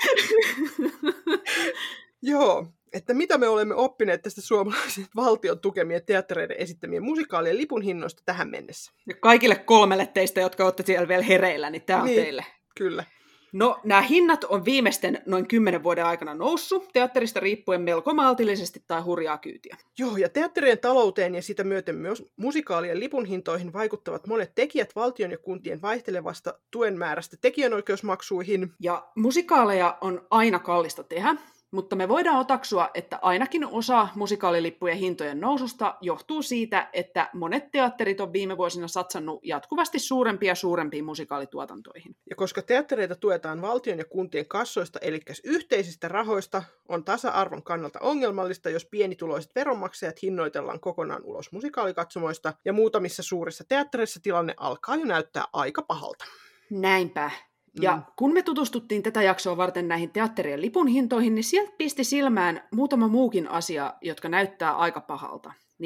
[SPEAKER 4] Joo, että mitä me olemme oppineet tästä suomalaisen valtion tukemien teattereiden esittämien musikaalien lipun hinnoista tähän mennessä.
[SPEAKER 3] Ja kaikille 3 teistä, jotka olette siellä vielä hereillä, niin tämä on teille.
[SPEAKER 4] Kyllä.
[SPEAKER 3] No, nämä hinnat on viimeisten noin 10 vuoden aikana noussut, teatterista riippuen melko maltillisesti tai hurjaa kyytiä.
[SPEAKER 4] Joo, ja teatterien talouteen ja sitä myöten myös musikaalien lipunhintoihin vaikuttavat monet tekijät valtion ja kuntien vaihtelevasta tuen määrästä tekijänoikeusmaksuihin.
[SPEAKER 3] Ja musikaaleja on aina kallista tehdä, mutta me voidaan otaksua, että ainakin osa musikaalilippujen hintojen noususta johtuu siitä, että monet teatterit on viime vuosina satsannut jatkuvasti suurempiin musikaalituotantoihin.
[SPEAKER 4] Ja koska teattereita tuetaan valtion ja kuntien kassoista, eli yhteisistä rahoista, on tasa-arvon kannalta ongelmallista, jos pienituloiset veronmaksajat hinnoitellaan kokonaan ulos musikaalikatsomoista, ja muutamissa suurissa teattereissa tilanne alkaa jo näyttää aika pahalta.
[SPEAKER 3] Näinpä. Ja kun me tutustuttiin tätä jaksoa varten näihin teatterien lipun hintoihin, niin sieltä pisti silmään muutama muukin asia, jotka näyttää aika pahalta. Niin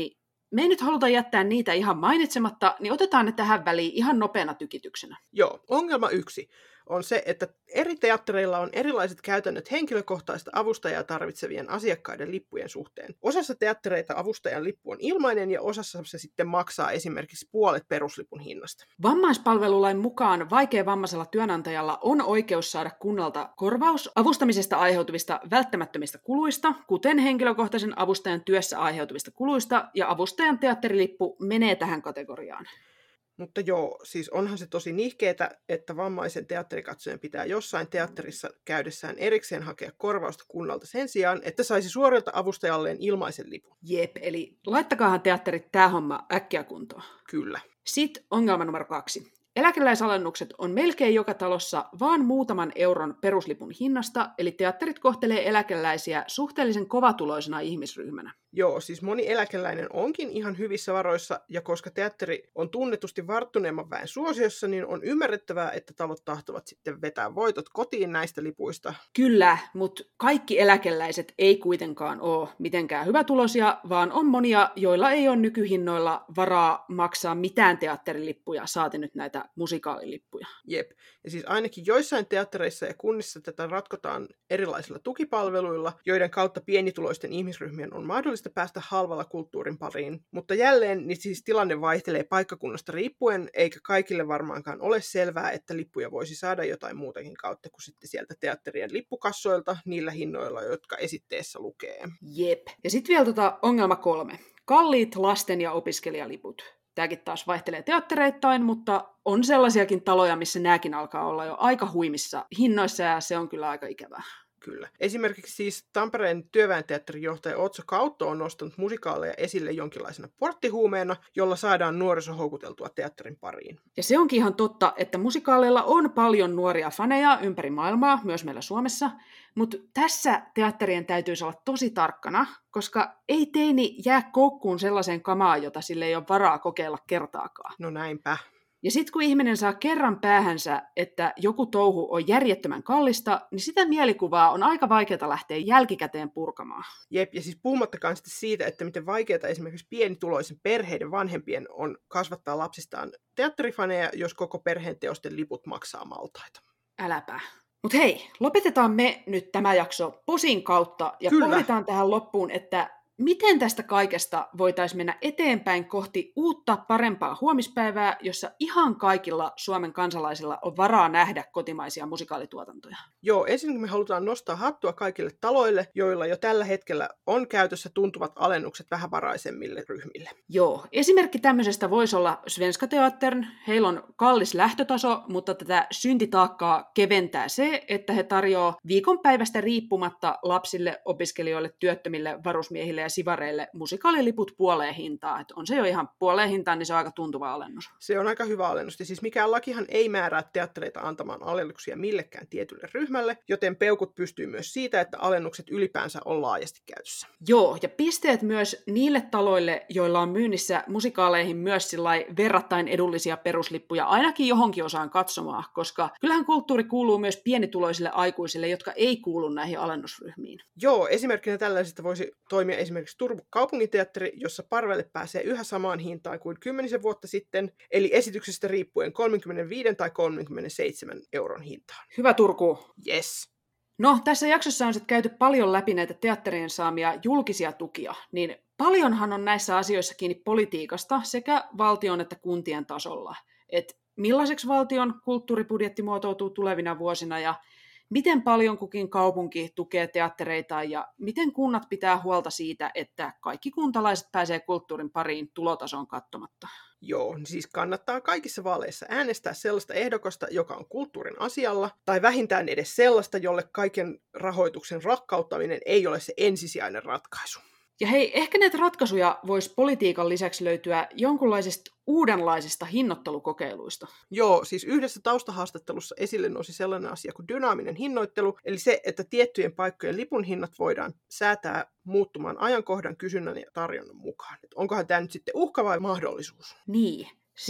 [SPEAKER 3] me ei nyt haluta jättää niitä ihan mainitsematta, niin otetaan ne tähän väliin ihan nopeana tykityksenä.
[SPEAKER 4] Joo, ongelma 1 on se, että eri teattereilla on erilaiset käytännöt henkilökohtaista avustajaa tarvitsevien asiakkaiden lippujen suhteen. Osassa teattereita avustajan lippu on ilmainen ja osassa se sitten maksaa esimerkiksi puolet peruslipun hinnasta.
[SPEAKER 3] Vammaispalvelulain mukaan vaikeavammaisella työnantajalla on oikeus saada kunnalta korvaus avustamisesta aiheutuvista välttämättömistä kuluista, kuten henkilökohtaisen avustajan työssä aiheutuvista kuluista, ja avustajan teatterilippu menee tähän kategoriaan.
[SPEAKER 4] Mutta joo, siis onhan se tosi nihkeetä, että vammaisen teatterikatsojan pitää jossain teatterissa käydessään erikseen hakea korvausta kunnalta sen sijaan, että saisi suorilta avustajalleen ilmaisen lipun.
[SPEAKER 3] Jep, eli laittakaahan teatterit tää homma äkkiä kuntoon.
[SPEAKER 4] Kyllä.
[SPEAKER 3] Sitten ongelma numero 2. Eläkeläisalennukset on melkein joka talossa vaan muutaman euron peruslipun hinnasta, eli teatterit kohtelee eläkeläisiä suhteellisen kovatuloisena ihmisryhmänä.
[SPEAKER 4] Joo, siis moni eläkeläinen onkin ihan hyvissä varoissa, ja koska teatteri on tunnetusti varttuneemman väen suosiossa, niin on ymmärrettävää, että talot tahtovat sitten vetää voitot kotiin näistä lipuista.
[SPEAKER 3] Kyllä, mutta kaikki eläkeläiset ei kuitenkaan ole mitenkään hyvätuloisia, vaan on monia, joilla ei ole nykyhinnoilla varaa maksaa mitään teatterilippuja, saati nyt näitä musikaalilippuja.
[SPEAKER 4] Jep, ja siis ainakin joissain teattereissa ja kunnissa tätä ratkotaan erilaisilla tukipalveluilla, joiden kautta pienituloisten ihmisryhmien on mahdollista päästä halvalla kulttuurin pariin. Mutta jälleen niin siis tilanne vaihtelee paikkakunnasta riippuen, eikä kaikille varmaankaan ole selvää, että lippuja voisi saada jotain muutakin kautta kuin sitten sieltä teatterien lippukassoilta niillä hinnoilla, jotka esitteessä lukee.
[SPEAKER 3] Jep. Ja sitten vielä ongelma 3. Kalliit lasten- ja opiskelijaliput. Tämäkin taas vaihtelee teattereittain, mutta on sellaisiakin taloja, missä nämäkin alkaa olla jo aika huimissa hinnoissa, ja se on kyllä aika ikävää.
[SPEAKER 4] Kyllä. Esimerkiksi siis Tampereen työväenteatterin johtaja Otso Kautto on nostanut musikaaleja esille jonkinlaisena porttihuumeena, jolla saadaan nuoriso houkuteltua teatterin pariin.
[SPEAKER 3] Ja se onkin ihan totta, että musikaaleilla on paljon nuoria faneja ympäri maailmaa, myös meillä Suomessa, mutta tässä teatterien täytyisi olla tosi tarkkana, koska ei teini jää koukkuun sellaiseen kamaan, jota sille ei ole varaa kokeilla kertaakaan.
[SPEAKER 4] No näinpä.
[SPEAKER 3] Ja sitten kun ihminen saa kerran päähänsä, että joku touhu on järjettömän kallista, niin sitä mielikuvaa on aika vaikeaa lähteä jälkikäteen purkamaan.
[SPEAKER 4] Jep, ja siis puhumattakaan sitten siitä, että miten vaikeaa esimerkiksi pienituloisen perheiden vanhempien on kasvattaa lapsistaan teatterifaneja, jos koko perheen teosten liput maksaa maltaita.
[SPEAKER 3] Äläpä. Mutta hei, lopetetaan me nyt tämä jakso posin kautta ja pohditaan tähän loppuun, että miten tästä kaikesta voitaisiin mennä eteenpäin kohti uutta, parempaa huomispäivää, jossa ihan kaikilla Suomen kansalaisilla on varaa nähdä kotimaisia musikaalituotantoja?
[SPEAKER 4] Joo, ensinnäkin me halutaan nostaa hattua kaikille taloille, joilla jo tällä hetkellä on käytössä tuntuvat alennukset vähävaraisemmille ryhmille.
[SPEAKER 3] Joo, esimerkki tämmöisestä voisi olla Svenska Teatern. Heillä on kallis lähtötaso, mutta tätä syntitaakkaa keventää se, että he tarjoaa viikonpäivästä riippumatta lapsille, opiskelijoille, työttömille, varusmiehille ja sivareille musikaaliliput puoleen hintaan. Et on se jo ihan puoleen hintaan, niin se on aika tuntuva alennus.
[SPEAKER 4] Se on aika hyvä alennus. Ja siis mikään lakihan ei määrää teattereita antamaan alennuksia millekään tietylle ryhmälle, joten peukut pystyy myös siitä, että alennukset ylipäänsä on laajasti käytössä.
[SPEAKER 3] Joo, ja pisteet myös niille taloille, joilla on myynnissä musikaaleihin myös verrattain edullisia peruslippuja, ainakin johonkin osaan katsomaan, koska kyllähän kulttuuri kuuluu myös pienituloisille aikuisille, jotka ei kuulu näihin alennusryhmiin.
[SPEAKER 4] Joo, esimerkkinä tällaisista voisi toimia esimerkiksi Turun kaupunginteatteri, jossa parvelle pääsee yhä samaan hintaan kuin 10 vuotta sitten, eli esityksestä riippuen 35 tai 37 euron hintaan.
[SPEAKER 3] Hyvä Turku.
[SPEAKER 4] Yes.
[SPEAKER 3] No, tässä jaksossa on sitten käyty paljon läpi näitä teatterien saamia julkisia tukia, niin paljonhan on näissä asioissa kiinni politiikasta sekä valtion että kuntien tasolla. Et millaiseksi valtion kulttuuribudjetti muotoutuu tulevina vuosina ja miten paljon kukin kaupunki tukee teattereita ja miten kunnat pitää huolta siitä, että kaikki kuntalaiset pääsee kulttuurin pariin tulotason katsomatta?
[SPEAKER 4] Joo, siis kannattaa kaikissa vaaleissa äänestää sellaista ehdokasta, joka on kulttuurin asialla, tai vähintään edes sellaista, jolle kaiken rahoituksen rakkauttaminen ei ole se ensisijainen ratkaisu.
[SPEAKER 3] Ja hei, ehkä näitä ratkaisuja voisi politiikan lisäksi löytyä jonkunlaisista uudenlaisista hinnoittelukokeiluista.
[SPEAKER 4] Joo, siis yhdessä taustahaastattelussa esille nousi sellainen asia kuin dynaaminen hinnoittelu, eli se, että tiettyjen paikkojen lipun hinnat voidaan säätää muuttumaan ajankohdan, kysynnän ja tarjonnan mukaan. Et onkohan tämä nyt sitten uhka vai mahdollisuus?
[SPEAKER 3] Niin, siis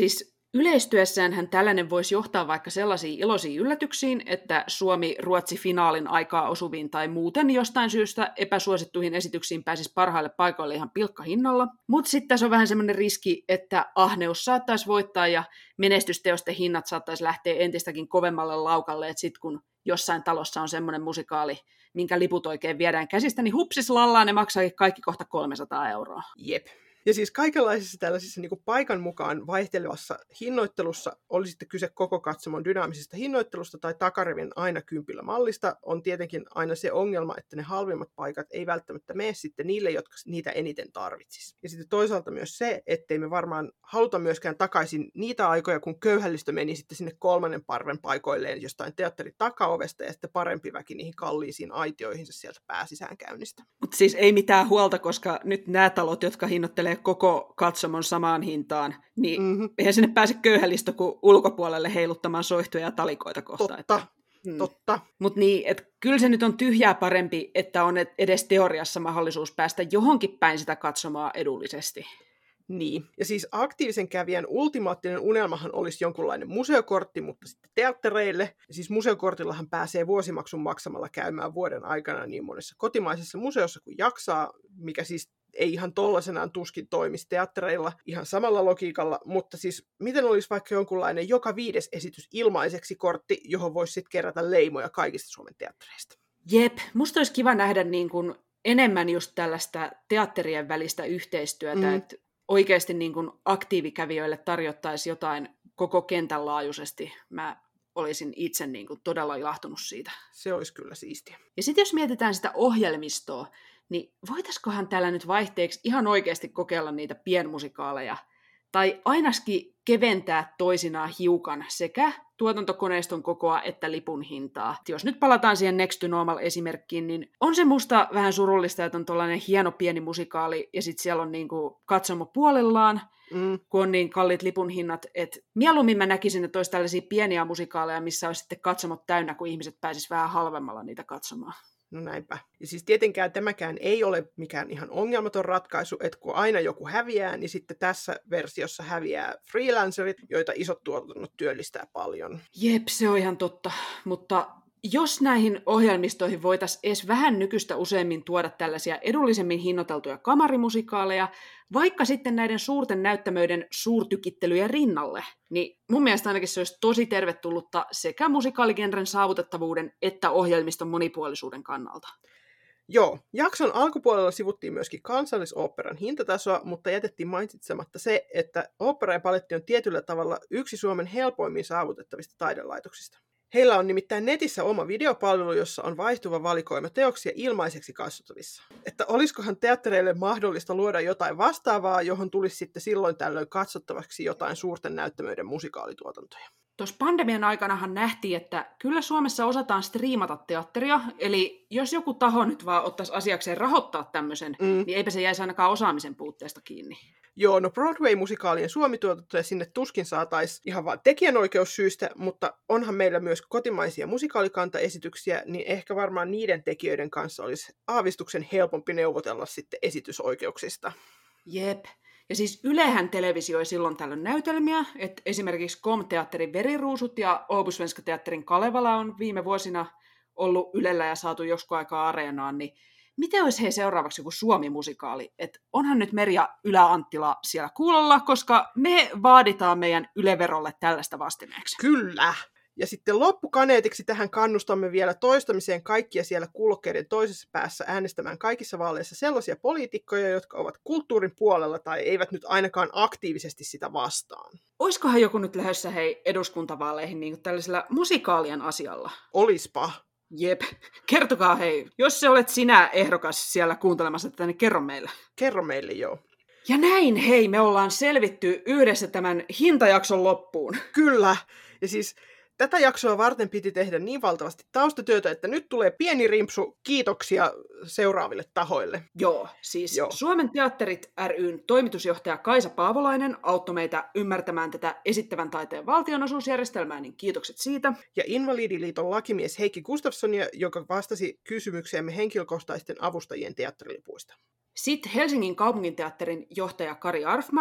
[SPEAKER 3] Yleistyessäänhän tällainen voisi johtaa vaikka sellaisiin iloisiin yllätyksiin, että Suomi-Ruotsi-finaalin aikaa osuviin tai muuten jostain syystä epäsuosittuihin esityksiin pääsisi parhaille paikoille ihan pilkkahinnalla. Mutta sitten tässä on vähän semmoinen riski, että ahneus saattaisi voittaa ja menestysteosten hinnat saattaisi lähteä entistäkin kovemmalle laukalle, että sitten kun jossain talossa on semmoinen musikaali, minkä liput oikein viedään käsistä, niin hupsis lallaan ne maksaakin kaikki kohta 300 euroa.
[SPEAKER 4] Jep. Ja siis kaikenlaisissa tällaisissa niin kuin paikan mukaan vaihtelevassa hinnoittelussa, oli sitten kyse koko katsomon dynaamisesta hinnoittelusta tai takarevin aina kympillä mallista, on tietenkin aina se ongelma, että ne halvimmat paikat ei välttämättä mene sitten niille, jotka niitä eniten tarvitsisi. Ja sitten toisaalta myös se, ettei me varmaan haluta myöskään takaisin niitä aikoja, kun köyhällistö meni sitten sinne kolmannen parven paikoilleen jostain teatterin takaovesta ja sitten parempi väki niihin kalliisiin aitioihinsa sieltä pääsisäänkäynnistä.
[SPEAKER 3] Mutta siis ei mitään huolta, koska nyt nämä talot, jotka hinnoittelee koko katsomon samaan hintaan, niin eihän sinne pääse köyhällistö kuin ulkopuolelle heiluttamaan soihtuja ja talikoita kohta.
[SPEAKER 4] Totta.
[SPEAKER 3] Mutta niin, että kyllä se nyt on tyhjää parempi, että on edes teoriassa mahdollisuus päästä johonkin päin sitä katsomaa edullisesti.
[SPEAKER 4] Niin, ja siis aktiivisen kävijän ultimaattinen unelmahan olisi jonkunlainen museokortti, mutta sitten teattereille. Ja siis museokortillahan pääsee vuosimaksun maksamalla käymään vuoden aikana niin monessa kotimaisessa museossa kuin jaksaa, mikä siis ei ihan tollaisenaan tuskin toimisi teattereilla ihan samalla logiikalla, mutta siis miten olisi vaikka jonkunlainen joka 5. esitys ilmaiseksi kortti, johon voisi sitten kerätä leimoja kaikista Suomen teattereista?
[SPEAKER 3] Jep, musta olisi kiva nähdä niin kuin enemmän just tällaista teatterien välistä yhteistyötä, että oikeasti niin kuin aktiivikävijöille tarjottaisiin jotain koko kentän laajuisesti. Mä olisin itse niin kuin todella ilahtunut siitä.
[SPEAKER 4] Se olisi kyllä siistiä.
[SPEAKER 3] Ja sitten jos mietitään sitä ohjelmistoa, niin voitaisikohan täällä nyt vaihteeksi ihan oikeasti kokeilla niitä pienmusikaaleja, tai ainakin keventää toisinaan hiukan sekä tuotantokoneiston kokoa että lipun hintaa. Jos nyt palataan siihen Next to Normal-esimerkkiin, niin on se musta vähän surullista, että on tollainen hieno pieni musikaali, ja sitten siellä on niinku katsomo puolellaan, kun on niin kalliit lipun hinnat, että mieluummin mä näkisin, että olisi tällaisia pieniä musikaaleja, missä olisi sitten katsomot täynnä, kun ihmiset pääsisivät vähän halvemmalla niitä katsomaan.
[SPEAKER 4] No näinpä. Ja siis tietenkään tämäkään ei ole mikään ihan ongelmaton ratkaisu, että kun aina joku häviää, niin sitten tässä versiossa häviää freelancerit, joita isot tuotannot työllistää paljon.
[SPEAKER 3] Jep, se on ihan totta. Mutta jos näihin ohjelmistoihin voitaisiin edes vähän nykyistä useammin tuoda tällaisia edullisemmin hinnoiteltuja kamarimusikaaleja, vaikka sitten näiden suurten näyttämöiden suurtykittelyjen rinnalle, niin mun mielestä ainakin se olisi tosi tervetullutta sekä musikaaligenren saavutettavuuden että ohjelmiston monipuolisuuden kannalta.
[SPEAKER 4] Joo, jakson alkupuolella sivuttiin myöskin Kansallisoopperan hintatasoa, mutta jätettiin mainitsematta se, että ooppera ja baletti on tietyllä tavalla yksi Suomen helpoimmin saavutettavista taidelaitoksista. Heillä on nimittäin netissä oma videopalvelu, jossa on vaihtuva valikoima teoksia ilmaiseksi katsottavissa. Että olisikohan teattereille mahdollista luoda jotain vastaavaa, johon tulisi sitten silloin tällöin katsottavaksi jotain suurten näyttämöiden musikaalituotantoja.
[SPEAKER 3] Tuossa pandemian aikanahan nähtiin, että kyllä Suomessa osataan striimata teatteria, eli jos joku taho nyt vaan ottaisi asiakseen rahoittaa tämmöisen, niin eipä se jäisi ainakaan osaamisen puutteesta kiinni.
[SPEAKER 4] Joo, no Broadway-musikaalien Suomi-tuotantoja sinne tuskin saataisiin ihan vaan tekijänoikeussyistä, mutta onhan meillä myös kotimaisia musikaalikantaesityksiä, niin ehkä varmaan niiden tekijöiden kanssa olisi aavistuksen helpompi neuvotella sitten esitysoikeuksista.
[SPEAKER 3] Jep. Ja siis Ylehän televisioi silloin tällöin näytelmiä, että esimerkiksi KOM-teatterin Veriruusut ja Åbosvenska teatterin Kalevala on viime vuosina ollut Ylellä ja saatu joskus aikaa Areenaan, niin miten olisi hei seuraavaksi joku Suomi-musikaali? Et onhan nyt Merja Ylä-Anttila siellä kuulolla, koska me vaaditaan meidän Yle-verolle tällaista vastineeksi.
[SPEAKER 4] Kyllä! Ja sitten loppukaneetiksi tähän kannustamme vielä toistamiseen kaikkia siellä kuulokkeiden toisessa päässä äänestämään kaikissa vaaleissa sellaisia poliitikkoja, jotka ovat kulttuurin puolella tai eivät nyt ainakaan aktiivisesti sitä vastaan.
[SPEAKER 3] Oiskohan joku nyt lähdössä hei eduskuntavaaleihin niin tällaisella musikaalien asialla?
[SPEAKER 4] Olispa.
[SPEAKER 3] Jep. Kertokaa hei, jos se olet sinä ehdokas siellä kuuntelemassa tätä, niin kerro meille.
[SPEAKER 4] Kerro meille, joo.
[SPEAKER 3] Ja näin hei, me ollaan selvitty yhdessä tämän hintajakson loppuun.
[SPEAKER 4] Kyllä. Ja siis tätä jaksoa varten piti tehdä niin valtavasti taustatyötä, että nyt tulee pieni rimpsu kiitoksia seuraaville tahoille.
[SPEAKER 3] Joo, siis Suomen teatterit ry:n toimitusjohtaja Kaisa Paavolainen auttoi meitä ymmärtämään tätä esittävän taiteen valtionosuusjärjestelmää, niin kiitokset siitä.
[SPEAKER 4] Ja Invalidiliiton lakimies Heikki Gustafssonia, joka vastasi kysymykseemme henkilökohtaisten avustajien teatterilipuista.
[SPEAKER 3] Sitten Helsingin kaupunginteatterin johtaja Kari Arfman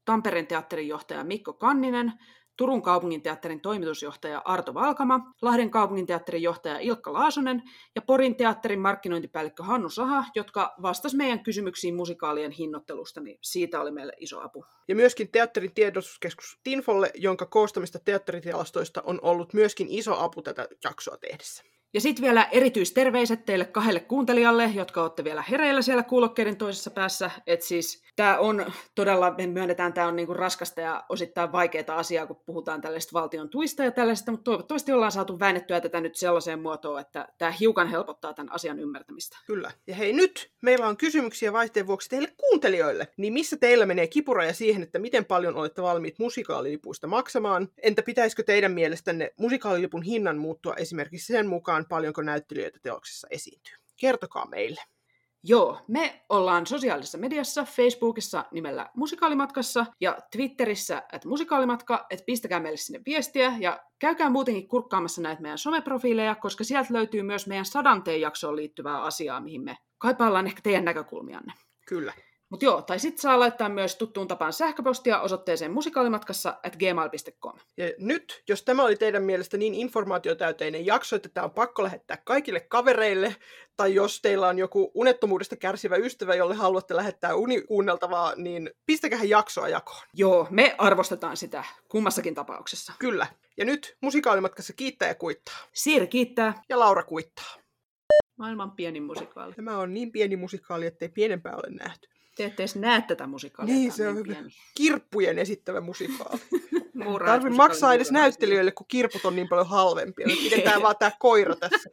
[SPEAKER 3] Tampereen teatterin johtaja Mikko Kanninen, Turun kaupunginteatterin toimitusjohtaja Arto Valkama, Lahden kaupunginteatterin johtaja Ilkka Laasonen ja Porin teatterin markkinointipäällikkö Hannu Saha, jotka vastasivat meidän kysymyksiin musikaalien hinnoittelusta, niin siitä oli meille iso apu.
[SPEAKER 4] Ja myöskin teatterin tiedotuskeskus Tinfolle, jonka koostamista teatteritilastoista on ollut myöskin iso apu tätä jaksoa tehdessä.
[SPEAKER 3] Ja sitten vielä erityisterveiset teille 2 kuuntelijalle, jotka olette vielä hereillä siellä kuulokkeiden toisessa päässä. Että siis tämä on todella, me myönnetään, tämä on niinku raskasta ja osittain vaikeaa asiaa, kun puhutaan tällaisista valtion tuista ja tällaisesta, mutta toivottavasti ollaan saatu väännettyä tätä nyt sellaiseen muotoon, että tämä hiukan helpottaa tämän asian ymmärtämistä.
[SPEAKER 4] Kyllä. Ja hei, nyt meillä on kysymyksiä vaihteen vuoksi teille kuuntelijoille. Niin missä teillä menee kipuraja siihen, että miten paljon olette valmiit musikaalilipuista maksamaan? Entä pitäisikö teidän mielestänne musikaalilipun hinnan muuttua esimerkiksi sen mukaan, paljonko näyttelijöitä teoksessa esiintyy? Kertokaa meille.
[SPEAKER 3] Joo, me ollaan sosiaalisessa mediassa, Facebookissa nimellä Musikaalimatkassa ja Twitterissä @musikaalimatka, että pistäkää meille sinne viestiä ja käykää muutenkin kurkkaamassa näitä meidän someprofiileja, koska sieltä löytyy myös meidän 100. jaksoon liittyvää asiaa, mihin me kaipaillaan ehkä teidän näkökulmianne.
[SPEAKER 4] Kyllä.
[SPEAKER 3] Mutta joo, tai sitten saa laittaa myös tuttuun tapaan sähköpostia osoitteeseen musikaalimatkassa@gmail.com.
[SPEAKER 4] Ja nyt, jos tämä oli teidän mielestä niin informaatiotäyteinen jakso, että tämä on pakko lähettää kaikille kavereille, tai jos teillä on joku unettomuudesta kärsivä ystävä, jolle haluatte lähettää unikuunneltavaa, niin pistäkähän jaksoa jakoon.
[SPEAKER 3] Joo, me arvostetaan sitä kummassakin tapauksessa.
[SPEAKER 4] Kyllä. Ja nyt Musikaalimatkassa kiittää ja kuittaa.
[SPEAKER 3] Siiri kiittää.
[SPEAKER 4] Ja Laura kuittaa.
[SPEAKER 3] Maailman pienin musikaali.
[SPEAKER 4] Tämä on niin pieni musikaali, ettei pienempää ole nähty.
[SPEAKER 3] Te ette edes näe tätä musikaalia.
[SPEAKER 4] Niin, se on pieni. Kirppujen esittävä musikaali. Tarvitse maksaa edes näyttelijöille, kun kirput on niin paljon halvempia. Me pidetään vaan tää koira tässä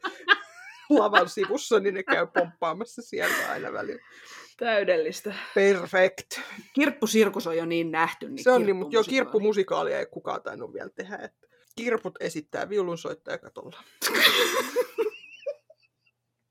[SPEAKER 4] lavan sivussa, niin ne käy pomppaamassa sieltä aina välillä.
[SPEAKER 3] Täydellistä.
[SPEAKER 4] Perfect.
[SPEAKER 3] Kirppusirkus on jo niin nähty. Niin
[SPEAKER 4] se on niin, mutta jo kirppumusikaalia ei kukaan tainnut vielä tehdä. Että kirput esittää viulunsoittaja katolla.